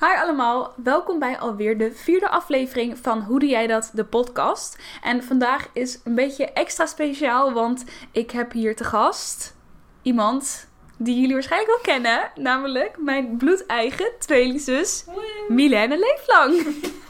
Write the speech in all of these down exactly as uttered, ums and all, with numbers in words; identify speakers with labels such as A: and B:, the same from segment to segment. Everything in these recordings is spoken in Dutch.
A: Hi allemaal, welkom bij alweer de vierde aflevering van Hoe Doe Jij Dat, de podcast. En vandaag is een beetje extra speciaal, want ik heb hier te gast iemand die jullie waarschijnlijk wel kennen. Namelijk mijn bloedeigen tweelingzus Milène Leeflang.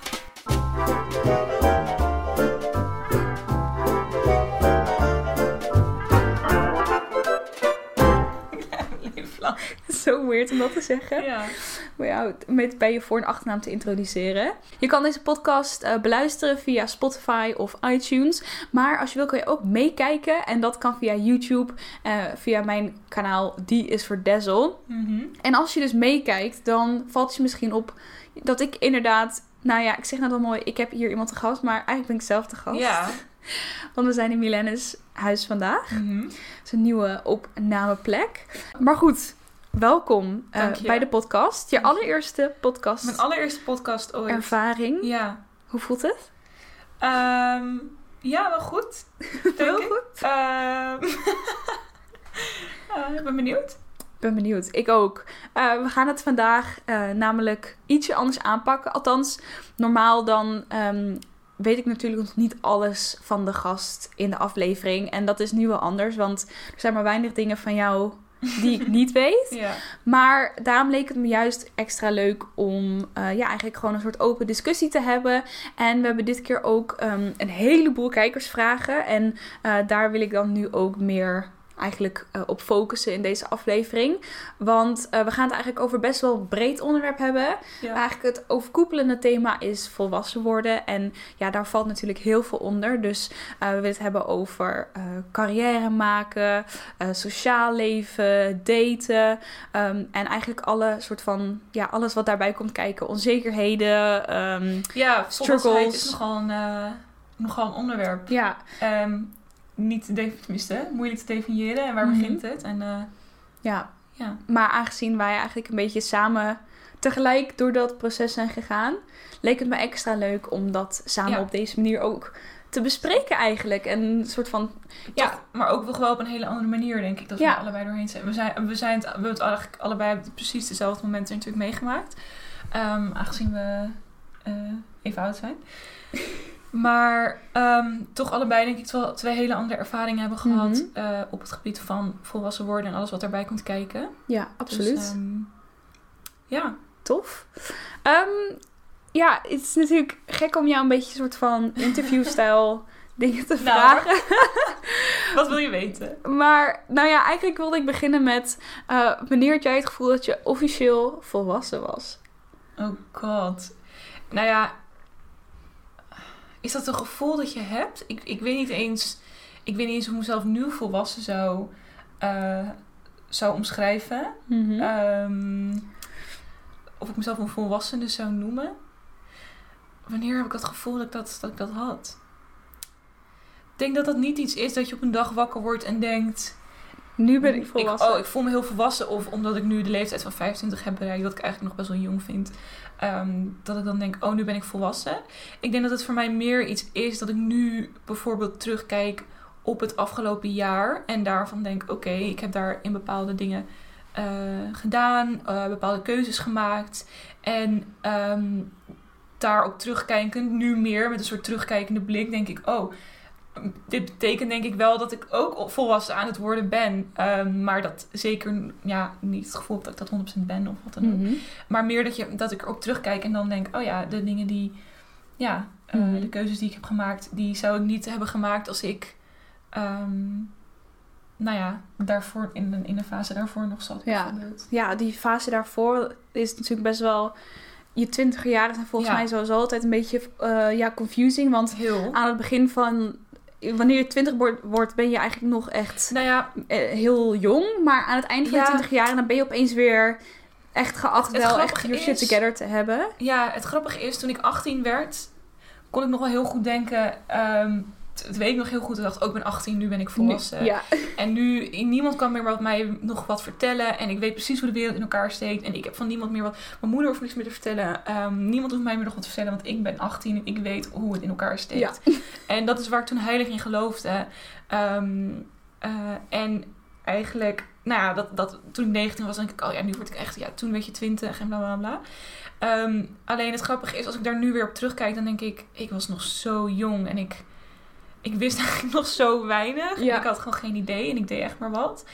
A: Zo weird om dat te zeggen.
B: Ja.
A: Maar ja, met bij je voor- en achternaam te introduceren. Je kan deze podcast uh, beluisteren via Spotify of iTunes. Maar als je wil, kan je ook meekijken. En dat kan via YouTube. Uh, via mijn kanaal Die is voor Dazzle.
B: Mm-hmm.
A: En als je dus meekijkt, dan valt het je misschien op dat ik inderdaad... Nou ja, ik zeg net al mooi, ik heb hier iemand te gast. Maar eigenlijk ben ik zelf te gast.
B: Ja.
A: Want we zijn in Milène's huis vandaag.
B: Mm-hmm.
A: Het is een nieuwe opnameplek. Maar goed... Welkom uh, bij de podcast. Je
B: Dank je.
A: allereerste podcast.
B: Mijn allereerste podcast ooit.
A: Ervaring.
B: Ja.
A: Hoe voelt het?
B: Um, ja, wel goed.
A: Heel
B: ik.
A: goed.
B: Um, uh, ik ben benieuwd.
A: Ik ben benieuwd. Ik ook. Uh, we gaan het vandaag uh, namelijk ietsje anders aanpakken. Althans, normaal dan um, weet ik natuurlijk nog niet alles van de gast in de aflevering. En dat is nu wel anders, want er zijn maar weinig dingen van jou... die ik niet weet.
B: Ja.
A: Maar daarom leek het me juist extra leuk om uh, ja, eigenlijk gewoon een soort open discussie te hebben. En we hebben dit keer ook um, een heleboel kijkersvragen. En uh, daar wil ik dan nu ook meer eigenlijk uh, op focussen in deze aflevering. Want uh, we gaan het eigenlijk over best wel een breed onderwerp hebben.
B: Ja.
A: Eigenlijk het overkoepelende thema is volwassen worden. En ja, daar valt natuurlijk heel veel onder. Dus uh, we willen het hebben over uh, carrière maken, uh, sociaal leven, daten. Um, en eigenlijk alle soort van, ja, alles wat daarbij komt kijken. Onzekerheden, um,
B: Ja, volwassenheid
A: struggles.
B: is nogal een, uh, nogal een onderwerp.
A: Ja,
B: Um, niet te definiëren, tenminste, moeilijk te definiëren. En waar
A: Mm-hmm.
B: begint het? En uh,
A: ja.
B: ja.
A: Maar aangezien wij eigenlijk een beetje samen tegelijk door dat proces zijn gegaan, leek het me extra leuk om dat samen
B: Ja.
A: op deze manier ook te bespreken eigenlijk. En een soort van... Ja,
B: Toch, maar ook wel gewoon op een hele andere manier, denk ik, dat we
A: Ja.
B: er allebei doorheen zijn. We, zijn, we, zijn het, we hebben het eigenlijk allebei op precies dezelfde momenten natuurlijk meegemaakt. Um, aangezien we uh, even oud zijn. Maar um, toch allebei denk ik wel twee hele andere ervaringen hebben gehad
A: Mhm.
B: uh, op het gebied van volwassen worden en alles wat daarbij komt kijken.
A: ja, absoluut.
B: Dus, um, ja.
A: Tof. Um, ja, het is natuurlijk gek om jou een beetje een soort van interviewstijl dingen te
B: Nou,
A: vragen.
B: Wat wil je weten?
A: Maar, nou ja, eigenlijk wilde ik beginnen met... Uh, wanneer had jij het gevoel dat je officieel volwassen was?
B: Oh god. Nou ja, is dat een gevoel dat je hebt? Ik, ik weet niet eens... Ik weet niet eens hoe ik mezelf nu volwassen zou, uh, zou omschrijven.
A: Mm-hmm.
B: Um, of ik mezelf een volwassene zou noemen. Wanneer heb ik dat gevoel dat ik dat, dat ik dat had? Ik denk dat dat niet iets is dat je op een dag wakker wordt en denkt...
A: Nu ben ik volwassen.
B: Ik, oh, ik voel me heel volwassen. Of omdat ik nu de leeftijd van vijfentwintig heb bereikt, wat ik eigenlijk nog best wel jong vind. Um, dat ik dan denk, oh, nu ben ik volwassen. Ik denk dat het voor mij meer iets is dat ik nu bijvoorbeeld terugkijk op het afgelopen jaar. En daarvan denk, oké, okay, ik heb daarin bepaalde dingen uh, gedaan. Uh, bepaalde keuzes gemaakt. En um, daarop terugkijkend, nu meer met een soort terugkijkende blik, denk ik, oh... Dit betekent denk ik wel dat ik ook volwassen aan het worden ben. Um, maar dat zeker ja, niet het gevoel dat ik dat honderd procent ben of wat dan ook.
A: Mm-hmm.
B: Maar meer dat, je, dat ik erop terugkijk en dan denk... Oh ja, de dingen die... Ja, uh,
A: Mm-hmm.
B: de keuzes die ik heb gemaakt... Die zou ik niet hebben gemaakt als ik... Um, nou ja, daarvoor in een, in een fase daarvoor nog zat.
A: Ja. Ja, die fase daarvoor is natuurlijk best wel... Je twintiger jaren zijn volgens
B: Ja.
A: mij sowieso altijd een beetje uh, ja, confusing. Want
B: Heel.
A: aan het begin van... Wanneer je twintig wordt, ben je eigenlijk nog echt
B: Nou ja,
A: uh, heel jong. Maar aan het eind van
B: Ja.
A: je twintig jaar... dan ben je opeens weer echt geacht
B: Het- het
A: wel echt
B: grappige
A: your shit
B: is-
A: together te hebben.
B: ja, het grappige is, toen ik achttien werd... kon ik nog wel heel goed denken... Um, het weet ik nog heel goed. Ik dacht, ook ik ben achttien, nu ben ik volwassen.
A: Nu, ja.
B: En nu, niemand kan meer wat mij nog wat vertellen. En ik weet precies hoe de wereld in elkaar steekt. En ik heb van niemand meer wat... Mijn moeder hoeft niks meer te vertellen. Um, niemand hoeft mij meer nog wat te vertellen. Want ik ben achttien en ik weet hoe het in elkaar steekt.
A: Ja.
B: En dat is waar ik toen heilig in geloofde. Um, uh, en eigenlijk nou ja, dat, dat, toen ik negentien was, denk ik, oh ja, nu word ik echt, ja, toen werd je twintig en bla bla bla. Um, alleen het grappige is, als ik daar nu weer op terugkijk, dan denk ik, ik was nog zo jong en ik, ik wist eigenlijk nog zo weinig.
A: Ja.
B: Ik had gewoon geen idee en ik deed echt maar wat.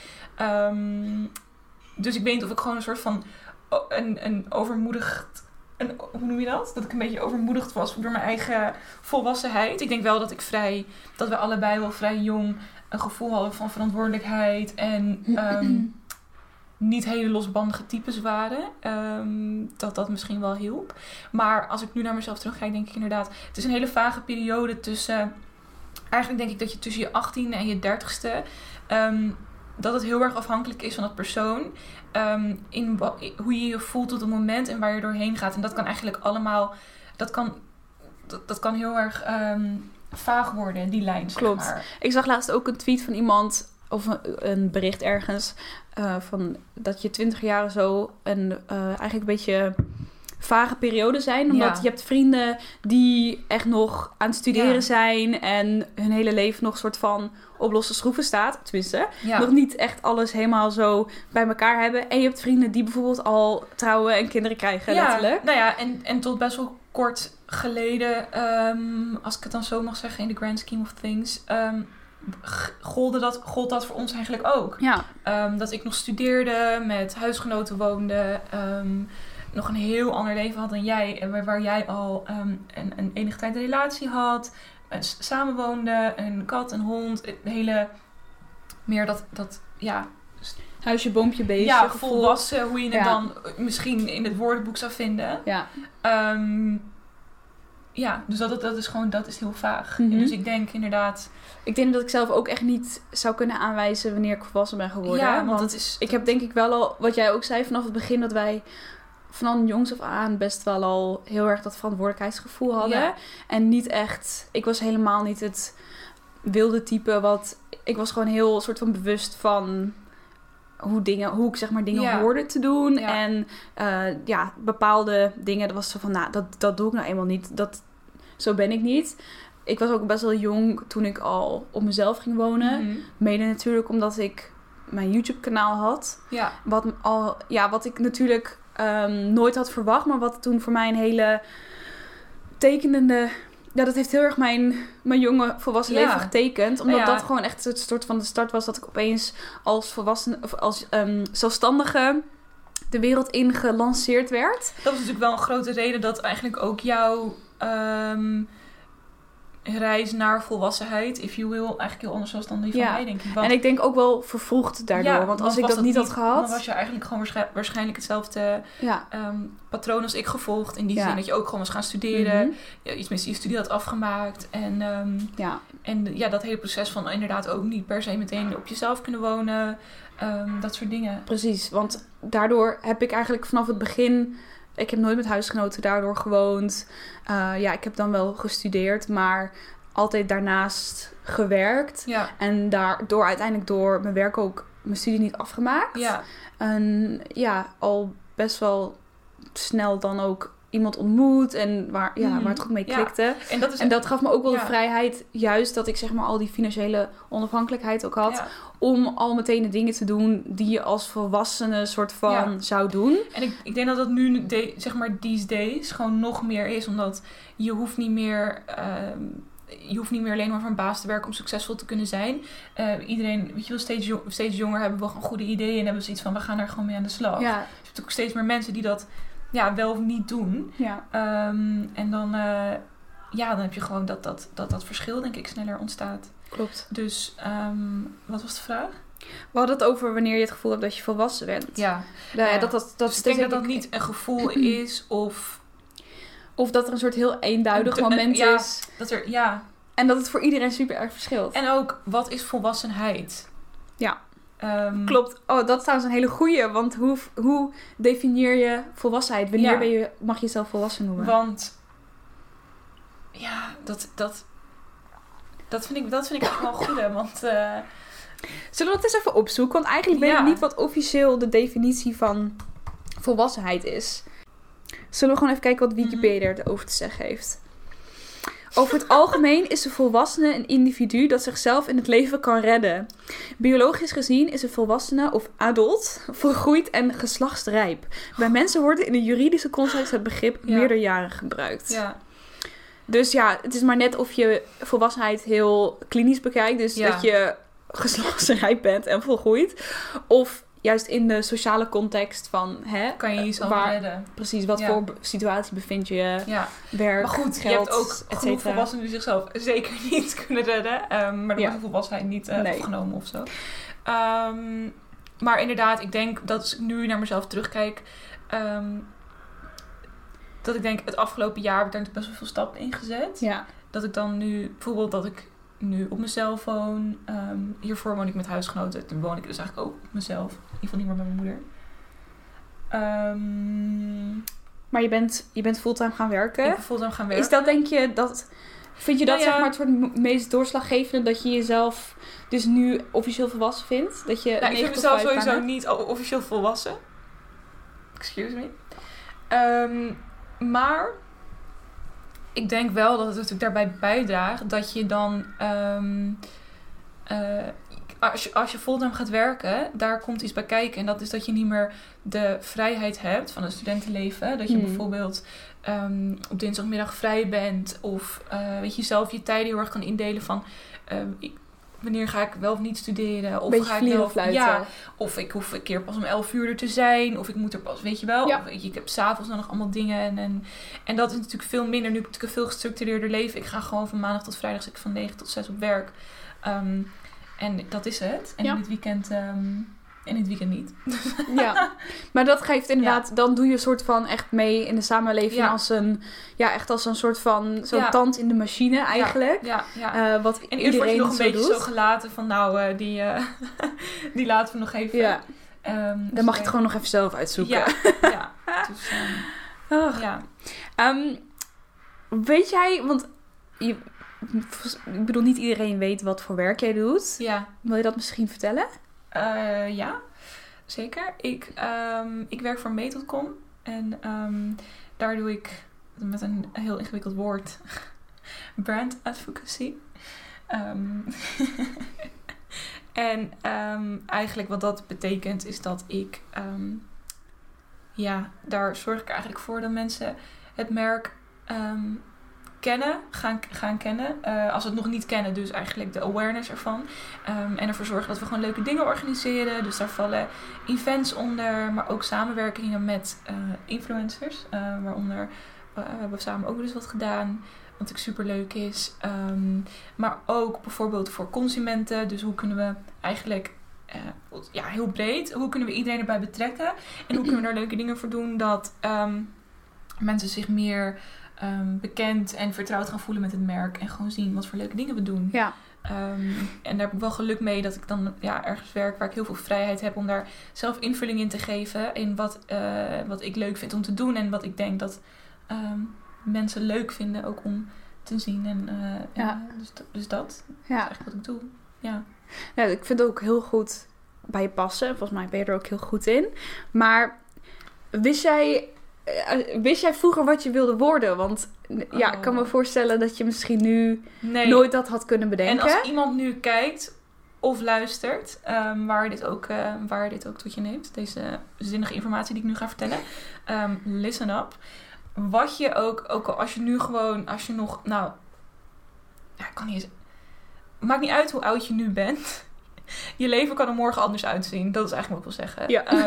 B: Um, dus ik weet niet of ik gewoon een soort van een, een overmoedigd, een, hoe noem je dat? Dat ik een beetje overmoedigd was door mijn eigen volwassenheid. Ik denk wel dat ik vrij, dat we allebei wel vrij jong een gevoel hadden van verantwoordelijkheid en um, niet hele losbandige types waren. Um, dat dat misschien wel hielp. Maar als ik nu naar mezelf terugkijk, denk ik inderdaad, het is een hele vage periode tussen, eigenlijk denk ik dat je tussen je achttiende en je dertigste, um, dat het heel erg afhankelijk is van het persoon. Um, in wa- hoe je je voelt op het moment en waar je doorheen gaat. En dat kan eigenlijk allemaal, dat kan, dat, dat kan heel erg um, vaag worden, die lijn, zeg
A: Klopt.
B: maar.
A: Ik zag laatst ook een tweet van iemand, of een, een bericht ergens, uh, van dat je twintig jaar zo een uh, eigenlijk een beetje vage periode zijn. Omdat
B: Ja.
A: je hebt vrienden die echt nog aan het studeren
B: Ja.
A: zijn en hun hele leven nog soort van op losse schroeven staat. Tenminste,
B: Ja.
A: nog niet echt alles helemaal zo bij elkaar hebben. En je hebt vrienden die bijvoorbeeld al trouwen en kinderen krijgen,
B: ja,
A: letterlijk.
B: Nou ja, en, en tot best wel kort geleden, um, als ik het dan zo mag zeggen, in the grand scheme of things, um, golde dat, gold dat voor ons eigenlijk ook.
A: Ja.
B: Um, dat ik nog studeerde, met huisgenoten woonde, um, nog een heel ander leven had dan jij. Waar, waar jij al um, een, een enige tijd een relatie had, s- samenwoonde, een kat, een hond. Het hele, meer dat, dat ja...
A: Huisje, boompje, beestje.
B: Ja,
A: gevoel.
B: volwassen, hoe je het
A: Ja.
B: dan misschien in het woordenboek zou vinden.
A: Ja.
B: Um, ja, dus dat, dat is gewoon, dat is heel vaag.
A: Mhm.
B: Dus ik denk inderdaad...
A: Ik denk dat ik zelf ook echt niet zou kunnen aanwijzen wanneer ik volwassen ben geworden.
B: Ja, want,
A: want
B: het is...
A: ik heb denk ik wel al, wat jij ook zei vanaf het begin, dat wij van jongs af aan best wel al heel erg dat verantwoordelijkheidsgevoel hadden.
B: Ja.
A: En niet echt, ik was helemaal niet het wilde type wat, ik was gewoon heel soort van bewust van hoe dingen, hoe ik zeg maar dingen
B: Ja.
A: hoorde te doen.
B: Ja.
A: En uh, ja, bepaalde dingen, dat was zo van, nou, dat, dat doe ik nou eenmaal niet. Dat, zo ben ik niet. Ik was ook best wel jong toen ik al op mezelf ging wonen.
B: Mhm.
A: Mede natuurlijk omdat ik mijn YouTube-kanaal had.
B: Ja.
A: Wat, al, ja, wat ik natuurlijk um, nooit had verwacht. Maar wat toen voor mij een hele tekenende... Ja, dat heeft heel erg mijn, mijn jonge volwassen
B: Ja.
A: leven getekend. Omdat
B: Ja.
A: dat gewoon echt het soort van de start was dat ik opeens als volwassen of als um, zelfstandige de wereld in gelanceerd werd.
B: Dat was natuurlijk wel een grote reden dat eigenlijk ook jouw um, reis naar volwassenheid, if you will, eigenlijk heel anders was dan die van
A: Ja.
B: mij, denk ik. Want,
A: En ik denk ook wel vervroegd daardoor.
B: ja,
A: want als ik
B: was
A: dat niet had gehad...
B: dan was je eigenlijk gewoon waarsch- waarschijnlijk hetzelfde
A: Ja.
B: um, patroon als ik gevolgd. In die
A: Ja.
B: zin dat je ook gewoon was gaan studeren.
A: Mhm.
B: Ja, iets met je studie had afgemaakt. En, um,
A: Ja.
B: en ja, dat hele proces van inderdaad ook niet per se meteen op jezelf kunnen wonen. Um, dat soort dingen.
A: Precies, want daardoor heb ik eigenlijk vanaf het begin... Ik heb nooit met huisgenoten daardoor gewoond. Uh, ja, ik heb dan wel gestudeerd, maar altijd daarnaast gewerkt.
B: Ja.
A: En daardoor uiteindelijk door mijn werk ook mijn studie niet afgemaakt.
B: Ja.
A: En ja, al best wel snel dan ook iemand ontmoet en waar, ja,
B: Mm.
A: waar het goed mee
B: Ja.
A: klikte.
B: En dat is
A: En dat gaf me ook wel
B: Ja.
A: de vrijheid, juist dat ik zeg maar al die financiële onafhankelijkheid ook had.
B: Ja.
A: Om al meteen de dingen te doen die je als volwassene soort van
B: Ja.
A: zou doen.
B: En ik, ik denk dat dat nu, de, zeg maar, these days gewoon nog meer is. Omdat je hoeft niet meer... Um, je hoeft niet meer alleen maar voor een baas te werken om succesvol te kunnen zijn. Uh, iedereen, weet je wel, steeds, jong, steeds jonger hebben we gewoon goede ideeën. En hebben we zoiets van, we gaan er gewoon mee aan de slag.
A: Ja,
B: Dus je hebt ook steeds meer mensen die dat ja, wel of niet doen.
A: ja.
B: Um, en dan, uh, ja, dan heb je gewoon dat dat, dat dat verschil, denk ik, sneller ontstaat.
A: Klopt.
B: Dus, um, wat was de vraag?
A: We hadden het over wanneer je het gevoel hebt dat je volwassen bent.
B: Ja.
A: Nou ja,
B: Ja.
A: dat, dat, dat
B: Dus
A: is
B: ik denk
A: denk
B: dat dat
A: ik-
B: niet een gevoel is of...
A: Of dat er een soort heel eenduidig
B: Een- een-
A: moment
B: ja.
A: is.
B: Dat er, ja.
A: En dat het voor iedereen super erg verschilt.
B: En ook, wat is volwassenheid?
A: Ja.
B: Um,
A: Klopt. Oh, dat is trouwens een hele goeie. Want hoe, hoe definieer je volwassenheid? Wanneer
B: Ja.
A: ben je, mag je jezelf volwassen noemen?
B: Want... Ja, dat... dat dat vind ik, dat vind ik echt wel goed, hè, want... Uh,
A: Zullen we dat eens even opzoeken? Want eigenlijk weet
B: Ja.
A: ik niet wat officieel de definitie van volwassenheid is. Zullen we gewoon even kijken wat Wikipedia erover te zeggen heeft? Over het algemeen is een volwassene een individu dat zichzelf in het leven kan redden. Biologisch gezien is een volwassene of adult volgroeid en geslachtsrijp. Bij mensen wordt in de juridische context het begrip
B: Ja.
A: meerderjarig gebruikt.
B: Ja.
A: Dus ja, het is maar net of je volwassenheid heel klinisch bekijkt. Dus
B: Ja.
A: dat je geslachtsrijp bent en volgroeid. Of juist in de sociale context van... Hè,
B: Kan je jezelf
A: waar-
B: redden.
A: Precies, wat
B: Ja.
A: voor be- situatie bevind je je,
B: Ja.
A: werk,
B: Maar goed,
A: geld,
B: je hebt ook
A: et
B: genoeg
A: cetera.
B: volwassenen die zichzelf zeker niet kunnen redden. Um, maar dan
A: Ja.
B: wordt de volwassenheid niet uh,
A: Nee.
B: afgenomen of zo. Um, maar inderdaad, ik denk dat als ik nu naar mezelf terugkijk... Um, dat ik denk, het afgelopen jaar heb ik daar natuurlijk best wel veel stappen in gezet.
A: Ja,
B: Dat ik dan nu, bijvoorbeeld dat ik nu op mezelf woon. Um, hiervoor woon ik met huisgenoten. Toen woon ik dus eigenlijk ook op mezelf. In ieder geval niet meer met mijn moeder. Um,
A: maar je bent, je bent fulltime gaan werken.
B: ik ben fulltime gaan werken.
A: Is dat denk je dat... Vind je dat
B: Nou ja.
A: zeg maar het soort m- meest doorslaggevende dat je jezelf dus nu officieel volwassen vindt? Dat je
B: Nou, ik
A: negen
B: vind
A: tot
B: mezelf
A: vijf baan
B: sowieso
A: hebt?
B: niet o- officieel volwassen. Excuse me. Um, maar ik denk wel dat het natuurlijk daarbij bijdraagt dat je dan... Um, uh, als je, als je fulltime gaat werken, daar komt iets bij kijken. En dat is dat je niet meer de vrijheid hebt van een studentenleven. Dat je
A: Hmm.
B: bijvoorbeeld um, op dinsdagmiddag vrij bent. Of uh, weet je, zelf je tijden heel erg kan indelen van... Uh, ik, wanneer ga ik wel of niet studeren? Of
A: Beetje
B: ga ik
A: vliegen
B: wel,
A: fluiten.
B: ja, of ik hoef een keer pas om elf uur er te zijn. Of ik moet er pas, weet je wel.
A: Ja.
B: Of weet je, ik heb s'avonds dan nog allemaal dingen. En, en, en dat is natuurlijk veel minder. Nu heb ik natuurlijk een veel gestructureerder leven. Ik ga gewoon van maandag tot vrijdag, dus ik van negen tot zes op werk. Um, en dat is het. En
A: Ja.
B: in het weekend... Um, en in het weekend niet.
A: Ja, maar dat geeft inderdaad... Dan doe je een soort van echt mee in de samenleving
B: Ja.
A: als een... Ja, echt als een soort van... Zo'n
B: Ja.
A: tand in de machine eigenlijk.
B: Ja, ja.
A: Uh, wat
B: En eerst word je
A: iedereen
B: nog een
A: zo
B: beetje
A: doet.
B: zo gelaten van... Nou, uh, die, uh, die laten we nog even.
A: Ja,
B: Um,
A: dan mag je het gewoon nog even zelf uitzoeken.
B: Ja, ja. Dus, um,
A: Ach.
B: ja.
A: Um, weet jij... Want je, ik bedoel, niet iedereen weet wat voor werk jij doet.
B: Ja.
A: Wil je dat misschien vertellen?
B: Uh, ja, zeker. Ik, um, ik werk voor Method punt com en um, daar doe ik met een heel ingewikkeld woord brand advocacy. Um, en um, eigenlijk wat dat betekent is dat ik, um, ja, daar zorg ik eigenlijk voor dat mensen het merk um, kennen, gaan, gaan kennen. Uh, als ze het nog niet kennen, dus eigenlijk de awareness ervan. Um, en ervoor zorgen dat we gewoon leuke dingen organiseren. Dus daar vallen events onder, maar ook samenwerkingen met uh, influencers. Uh, waaronder uh, hebben we samen ook wel eens wat gedaan, wat ook super leuk is. Um, maar ook bijvoorbeeld voor consumenten. Dus hoe kunnen we eigenlijk... Uh, ja, heel breed. Hoe kunnen we iedereen erbij betrekken? En hoe kunnen we daar leuke dingen voor doen dat um, mensen zich meer... Um, bekend en vertrouwd gaan voelen met het merk. En gewoon zien wat voor leuke dingen we doen.
A: Ja.
B: Um, en daar heb ik wel geluk mee dat ik dan ja, ergens werk waar ik heel veel vrijheid heb om daar zelf invulling in te geven. In wat, uh, wat ik leuk vind om te doen. En wat ik denk dat um, mensen leuk vinden ook om te zien. En, uh,
A: Ja.
B: en dus, dus dat is
A: Ja.
B: eigenlijk wat ik doe. Ja.
A: Ja, ik vind het ook heel goed bij je passen. Volgens mij ben je er ook heel goed in. Maar wist jij... Uh, wist jij vroeger wat je wilde worden? Want ja,
B: Oh.
A: ik kan me voorstellen dat je misschien nu
B: Nee.
A: nooit dat had kunnen bedenken.
B: En als iemand nu kijkt of luistert, um, waar, dit ook, uh, waar dit ook tot je neemt, deze zinnige informatie die ik nu ga vertellen, um, listen up. Wat je ook, ook al als je nu gewoon, als je nog, nou, ja, ik kan niet eens, maakt niet uit hoe oud je nu bent. Je leven kan er morgen anders uitzien. Dat is eigenlijk wat ik wil zeggen.
A: Ja.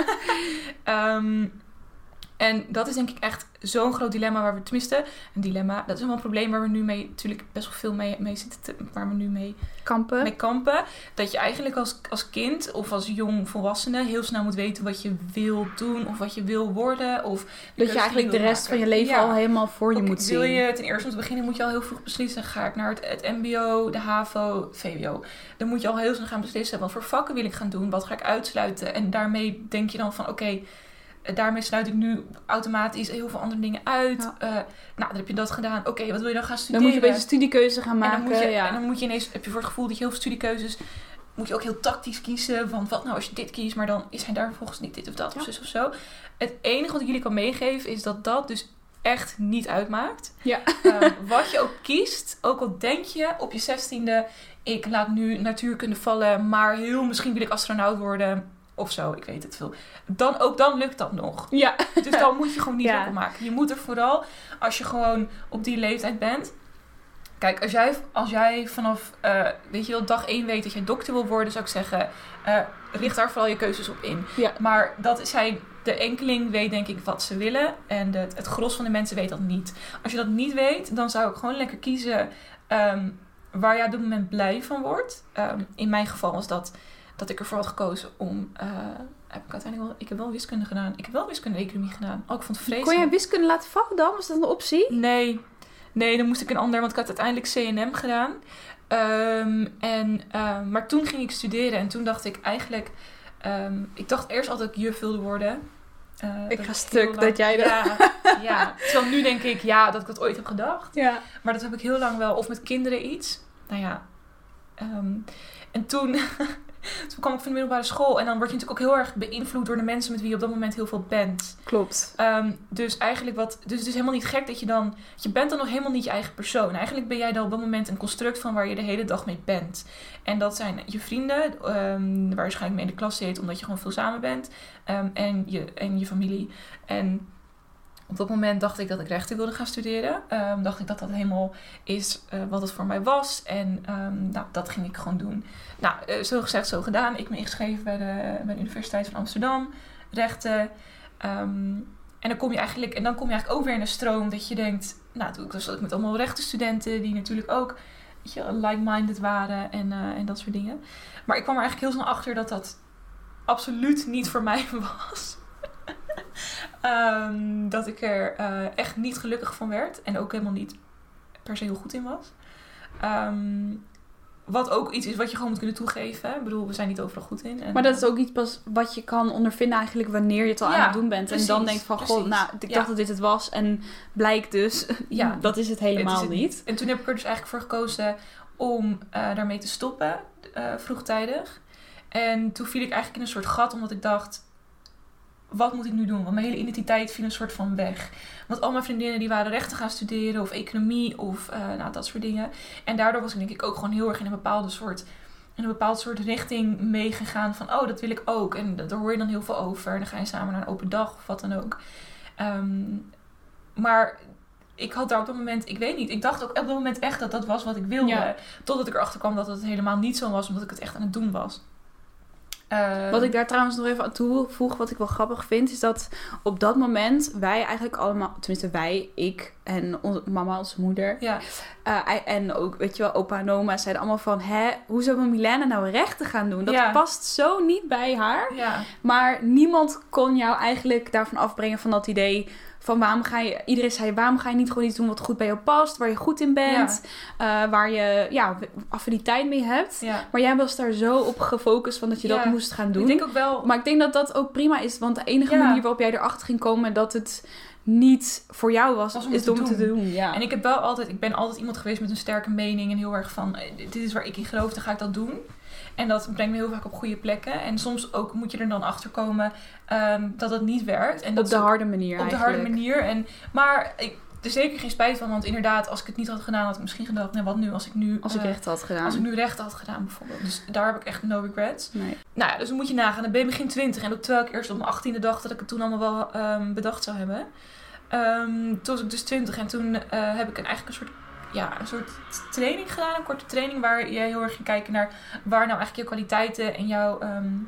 B: Um, um, En dat is denk ik echt zo'n groot dilemma waar we, tenminste, een dilemma, dat is wel een probleem waar we nu mee, natuurlijk best wel veel mee, mee zitten, te, waar we nu mee
A: kampen.
B: mee kampen. Dat je eigenlijk als, als kind of als jong volwassene heel snel moet weten wat je wil doen of wat je wil worden. Of
A: dat je eigenlijk de rest van je leven
B: ja.
A: al helemaal voor je
B: Ook,
A: moet zien.
B: Wil je ten eerste om te beginnen moet je al heel vroeg beslissen. Ga ik naar het, het mbo, de havo, V W O. Dan moet je al heel snel gaan beslissen. Wat voor vakken wil ik gaan doen? Wat ga ik uitsluiten? En daarmee denk je dan van oké, okay, daarmee sluit ik nu automatisch heel veel andere dingen uit.
A: Ja.
B: Uh, nou, dan heb je dat gedaan. Oké, okay, wat wil je dan gaan studeren?
A: Dan moet je een beetje studiekeuze gaan maken.
B: En dan moet je,
A: ja.
B: en dan moet je ineens, heb je voor het gevoel dat je heel veel studiekeuzes, moet je ook heel tactisch kiezen. Want wat nou als je dit kiest, maar dan is hij daar vervolgens niet dit of dat
A: Ja.
B: of zus of zo. Het enige wat ik jullie kan meegeven is dat dat dus echt niet uitmaakt.
A: Ja.
B: Um, wat je ook kiest, ook al denk je op je zestiende, ik laat nu natuurkunde vallen, maar heel misschien wil ik astronaut worden of zo, ik weet het veel. Dan, ook dan lukt dat nog.
A: Ja.
B: Dus dan moet je gewoon niet
A: Ja.
B: wakker maken. Je moet er vooral, als je gewoon op die leeftijd bent. Kijk, als jij, als jij vanaf, uh, weet je wel, dag één weet dat je dokter wil worden, zou ik zeggen, uh, richt daar vooral je keuzes op in.
A: Ja.
B: Maar dat zijn, de enkeling weet denk ik wat ze willen en de, het gros van de mensen weet dat niet. Als je dat niet weet, dan zou ik gewoon lekker kiezen um, waar jij op dit moment blij van wordt. Um, in mijn geval was dat dat ik ervoor had gekozen om, uh, heb ik uiteindelijk wel, ik heb wel wiskunde gedaan. Ik heb wel wiskunde en economie gedaan. Oh, ik vond het vreselijk.
A: Kon jij wiskunde laten vallen dan? Was dat een optie?
B: Nee. Nee, dan moest ik een ander, want ik had uiteindelijk C en M gedaan. Um, en, uh, maar toen ging ik studeren en toen dacht ik eigenlijk, um, ik dacht eerst altijd dat ik juf wilde worden. Uh,
A: ik
B: dat
A: ga stuk
B: lang,
A: dat jij dat...
B: Ja, ja. Terwijl nu denk ik, ja, dat ik dat ooit heb gedacht.
A: Ja.
B: Maar dat heb ik heel lang wel, of met kinderen iets. Nou ja. Um, en toen... Toen kwam ik van de middelbare school en dan word je natuurlijk ook heel erg beïnvloed door de mensen met wie je op dat moment heel veel bent.
A: Klopt.
B: Um, dus eigenlijk wat, dus het is helemaal niet gek dat je dan, je bent dan nog helemaal niet je eigen persoon. Eigenlijk ben jij dan op dat moment een construct van waar je de hele dag mee bent. En dat zijn je vrienden, um, waar je waarschijnlijk mee in de klas zit, omdat je gewoon veel samen bent. Um, en, je, en je familie. En op dat moment dacht ik dat ik rechten wilde gaan studeren. Um, dacht ik dat dat helemaal is uh, wat het voor mij was. En um, nou, dat ging ik gewoon doen. Nou, uh, zo gezegd, zo gedaan. Ik ben ingeschreven bij de, bij de Universiteit van Amsterdam. Rechten. Um, en, dan kom je eigenlijk, en dan kom je eigenlijk ook weer in een stroom dat je denkt... Nou, toen zat ik met allemaal rechtenstudenten die natuurlijk ook weet je, like-minded waren en, uh, en dat soort dingen. Maar ik kwam er eigenlijk heel snel achter dat dat absoluut niet voor mij was. Um, dat ik er uh, echt niet gelukkig van werd. En ook helemaal niet per se heel goed in was. Um, wat ook iets is wat je gewoon moet kunnen toegeven. Ik bedoel, we zijn niet overal goed in. En,
A: maar dat is ook iets pas wat je kan ondervinden eigenlijk wanneer je het al ja, aan het doen bent. Precies, en dan denk je van, goh, nou, ik ja. dacht dat dit het was. En blijkt dus, ja, dat is het helemaal het is het niet. niet.
B: En toen heb ik er dus eigenlijk voor gekozen om uh, daarmee te stoppen. Uh, vroegtijdig. En toen viel ik eigenlijk in een soort gat, omdat ik dacht... Wat moet ik nu doen? Want mijn hele identiteit viel een soort van weg. Want al mijn vriendinnen die waren rechten gaan studeren. Of economie. Of uh, nou, dat soort dingen. En daardoor was ik denk ik ook gewoon heel erg in een bepaalde soort... In een bepaald soort richting meegegaan. Van oh, dat wil ik ook. En daar hoor je dan heel veel over. En dan ga je samen naar een open dag. Of wat dan ook. Um, maar ik had daar op dat moment... Ik weet niet. Ik dacht ook op dat moment echt dat dat was wat ik wilde. Ja. Totdat ik erachter kwam dat het helemaal niet zo was. Omdat ik het echt aan het doen was. Uh,
A: wat ik daar trouwens nog even aan toevoeg, wat ik wel grappig vind, is dat op dat moment wij eigenlijk allemaal, tenminste wij, ik en onze mama, onze moeder,
B: ja.
A: uh, en ook, weet je wel, opa en oma zeiden allemaal van, hè, hoe zou Milena nou rechten gaan doen? Dat
B: ja.
A: past zo niet bij haar.
B: Ja.
A: Maar niemand kon jou eigenlijk daarvan afbrengen van dat idee van waarom ga je, iedereen zei, waarom ga je niet gewoon iets doen wat goed bij jou past, waar je goed in bent, ja. uh, waar je ja, affiniteit mee hebt.
B: Ja.
A: Maar jij was daar zo op gefocust van dat je ja. dat moest gaan doen.
B: Ik denk ook wel.
A: Maar ik denk dat dat ook prima is, want de enige
B: ja.
A: manier waarop jij erachter ging komen dat het niet voor jou was,
B: was om
A: is
B: te
A: om
B: doen.
A: te doen. Ja.
B: En ik heb wel altijd, ik ben altijd iemand geweest met een sterke mening en heel erg van, dit is waar ik in geloof, dan ga ik dat doen. En dat brengt me heel vaak op goede plekken. En soms ook moet je er dan achter komen um, dat het niet werkt. En dat
A: op de harde manier
B: Op
A: eigenlijk.
B: de harde manier. En, maar ik er zeker geen spijt van. Want inderdaad, als ik het niet had gedaan, had ik misschien gedacht... Nou, wat nu als ik nu...
A: Als ik
B: uh,
A: recht had gedaan.
B: Als ik nu recht had gedaan, bijvoorbeeld. Dus daar heb ik echt no regrets.
A: Nee.
B: Nou ja, dus dan moet je nagaan. Dan ben je begin twintig. En ook terwijl ik eerst op mijn achttiende dacht dat ik het toen allemaal wel um, bedacht zou hebben. Um, toen was ik dus twintig. En toen uh, heb ik een, eigenlijk een soort... Ja, een soort training gedaan, een korte training waar je heel erg ging kijken naar waar nou eigenlijk je kwaliteiten en jouw, um,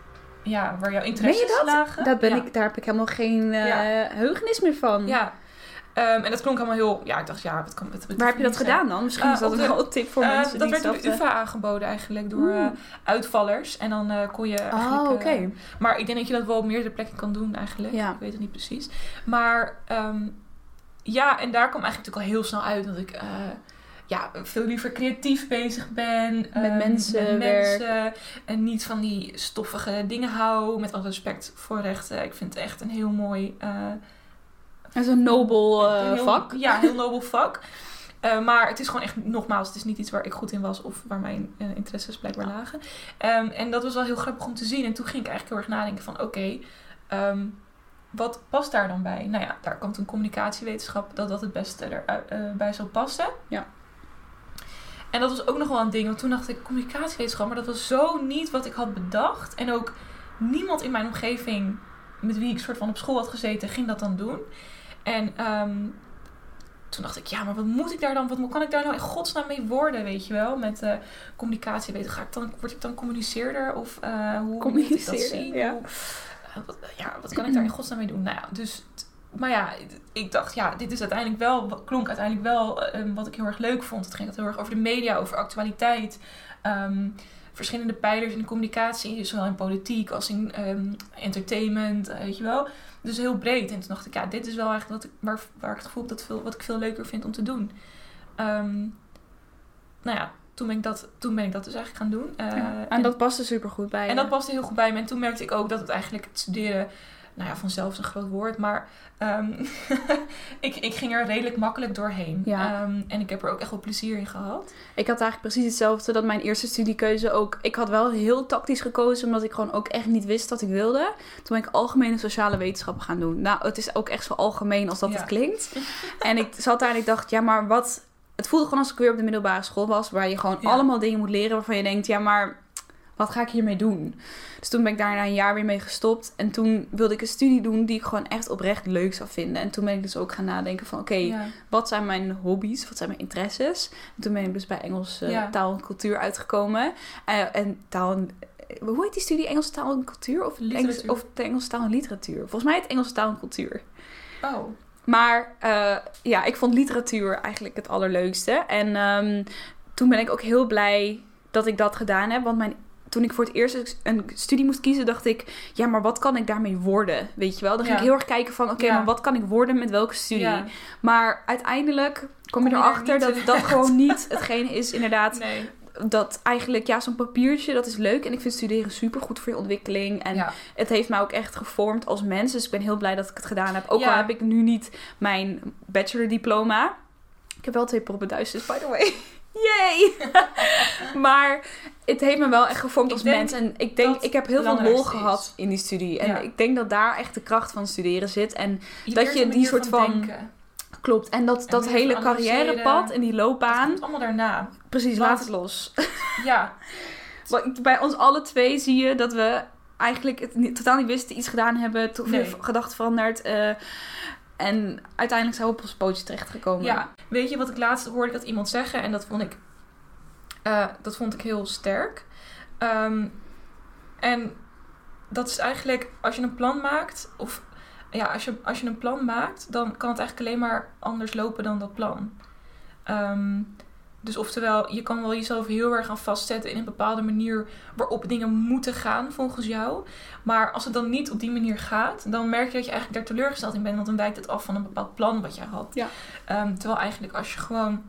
B: ja, waar jouw interesses lagen.
A: Dat ben
B: ja.
A: ik, daar heb ik helemaal geen uh,
B: ja.
A: heugenis meer van.
B: Ja, um, en dat klonk allemaal heel, ja, ik dacht, ja, wat kan het?
A: Waar heb je dat gedaan zijn? Dan? Misschien uh, is dat een wel een tip voor uh, mensen.
B: Dat
A: die
B: werd door de U vA aangeboden eigenlijk door uh, uitvallers en dan uh, kon je eigenlijk.
A: Oh, oké. Okay.
B: Uh, maar ik denk dat je dat wel op meerdere plekken kan doen eigenlijk.
A: Ja.
B: Ik weet het niet precies. Maar um, ja, en daar kwam eigenlijk natuurlijk al heel snel uit dat ik uh, ja, veel liever creatief bezig ben.
A: Met
B: um,
A: mensen,
B: met mensen en niet van die stoffige dingen hou. Met alle respect voor rechten. Ik vind het echt een heel mooi... Uh,
A: het is een nobel uh,
B: heel,
A: vak.
B: Ja, een heel nobel vak. Uh, maar het is gewoon echt, nogmaals, het is niet iets waar ik goed in was of waar mijn uh, interesses blijkbaar lagen. Um, en dat was wel heel grappig om te zien. En toen ging ik eigenlijk heel erg nadenken van, oké, okay, um, wat past daar dan bij? Nou ja, daar komt een communicatiewetenschap dat dat het beste erbij uh, zou passen.
A: Ja.
B: En dat was ook nog wel een ding. Want toen dacht ik, communicatiewetenschap, maar dat was zo niet wat ik had bedacht. En ook niemand in mijn omgeving met wie ik soort van op school had gezeten, ging dat dan doen. En um, toen dacht ik, ja, maar wat moet ik daar dan, wat kan ik daar nou in godsnaam mee worden, weet je wel? Met uh, communicatiewetenschap. Ga ik dan, word ik dan communiceerder? Of uh, hoe moet ik dat zien?
A: Ja.
B: Hoe, uh, wat, ja, wat kan ik daar in godsnaam mee doen? Nou ja, dus... Maar ja, ik dacht, ja, dit is uiteindelijk wel, klonk uiteindelijk wel um, wat ik heel erg leuk vond. Het ging heel erg over de media, over actualiteit. Um, verschillende pijlers in de communicatie, zowel in politiek als in um, entertainment, uh, weet je wel. Dus heel breed. En toen dacht ik, ja, dit is wel eigenlijk wat ik, waar, waar ik het gevoel heb dat veel, wat ik veel leuker vind om te doen. Um, nou ja, toen ben, ik dat, toen ben ik dat dus eigenlijk gaan doen. Uh,
A: ja, en, en dat paste super goed bij je.
B: En dat paste heel goed bij me. En toen merkte ik ook dat het eigenlijk het studeren... Nou ja, vanzelf is een groot woord, maar um, ik, ik ging er redelijk makkelijk doorheen.
A: Ja.
B: Um, en ik heb er ook echt wel plezier in gehad.
A: Ik had eigenlijk precies hetzelfde, dat mijn eerste studiekeuze ook... Ik had wel heel tactisch gekozen, omdat ik gewoon ook echt niet wist wat ik wilde. Toen ben ik algemene sociale wetenschappen gaan doen. Nou, het is ook echt zo algemeen als dat ja. het klinkt. En ik zat daar en ik dacht, ja, maar wat... Het voelde gewoon als ik weer op de middelbare school was, waar je gewoon ja. allemaal dingen moet leren waarvan je denkt, ja, maar... Wat ga ik hiermee doen? Dus toen ben ik daar na een jaar weer mee gestopt. En toen wilde ik een studie doen die ik gewoon echt oprecht leuk zou vinden. En toen ben ik dus ook gaan nadenken van... Oké, okay, ja. wat zijn mijn hobby's? Wat zijn mijn interesses? En toen ben ik dus bij Engels uh, ja. taal en cultuur uitgekomen. Uh, en taal en... Hoe heet die studie? Engelse taal en cultuur? Of, Engels, of de Engelse taal en literatuur? Volgens mij het Engelse taal en cultuur.
B: Oh.
A: Maar uh, ja, ik vond literatuur eigenlijk het allerleukste. En um, toen ben ik ook heel blij dat ik dat gedaan heb. Want mijn... Toen ik voor het eerst een studie moest kiezen, dacht ik... Ja, maar wat kan ik daarmee worden? Weet je wel? Dan ging ja. ik heel erg kijken van... Oké, okay, ja. maar wat kan ik worden met welke studie? Ja. Maar uiteindelijk kom je kom erachter je dat dat gewoon niet hetgene is inderdaad...
B: Nee.
A: Dat eigenlijk, ja, zo'n papiertje, dat is leuk. En ik vind studeren super goed voor je ontwikkeling. En ja. het heeft mij ook echt gevormd als mens. Dus ik ben heel blij dat ik het gedaan heb. Ook ja. al heb ik nu niet mijn bachelordiploma. Ik heb wel twee poppenduisters, by the way. Yay! Maar het heeft me wel echt gevormd als mens. En ik denk, ik heb heel veel lol gehad in die studie. En ja. ik denk dat daar echt de kracht van studeren zit. En je dat je die soort van... Denken. Klopt. En dat, en dat hele carrièrepad en die loopbaan...
B: Dat komt allemaal daarna.
A: Precies, Want, laat het los.
B: Ja.
A: Bij ons alle twee zie je dat we eigenlijk het niet, totaal niet wisten, iets gedaan hebben, te veel nee. gedachten veranderd... Uh, En uiteindelijk zijn we op ons pootje terechtgekomen.
B: Ja, weet je wat ik laatst hoorde ik dat iemand zeggen? En dat vond ik, uh, dat vond ik heel sterk. Um, en dat is eigenlijk, als je een plan maakt... Of ja, als je, als je een plan maakt... Dan kan het eigenlijk alleen maar anders lopen dan dat plan. Um, dus oftewel, je kan wel jezelf heel erg gaan vastzetten in een bepaalde manier waarop dingen moeten gaan volgens jou. Maar als het dan niet op die manier gaat, dan merk je dat je eigenlijk daar teleurgesteld in bent. Want dan wijkt het af van een bepaald plan wat jij had.
A: Ja.
B: Um, terwijl eigenlijk als je gewoon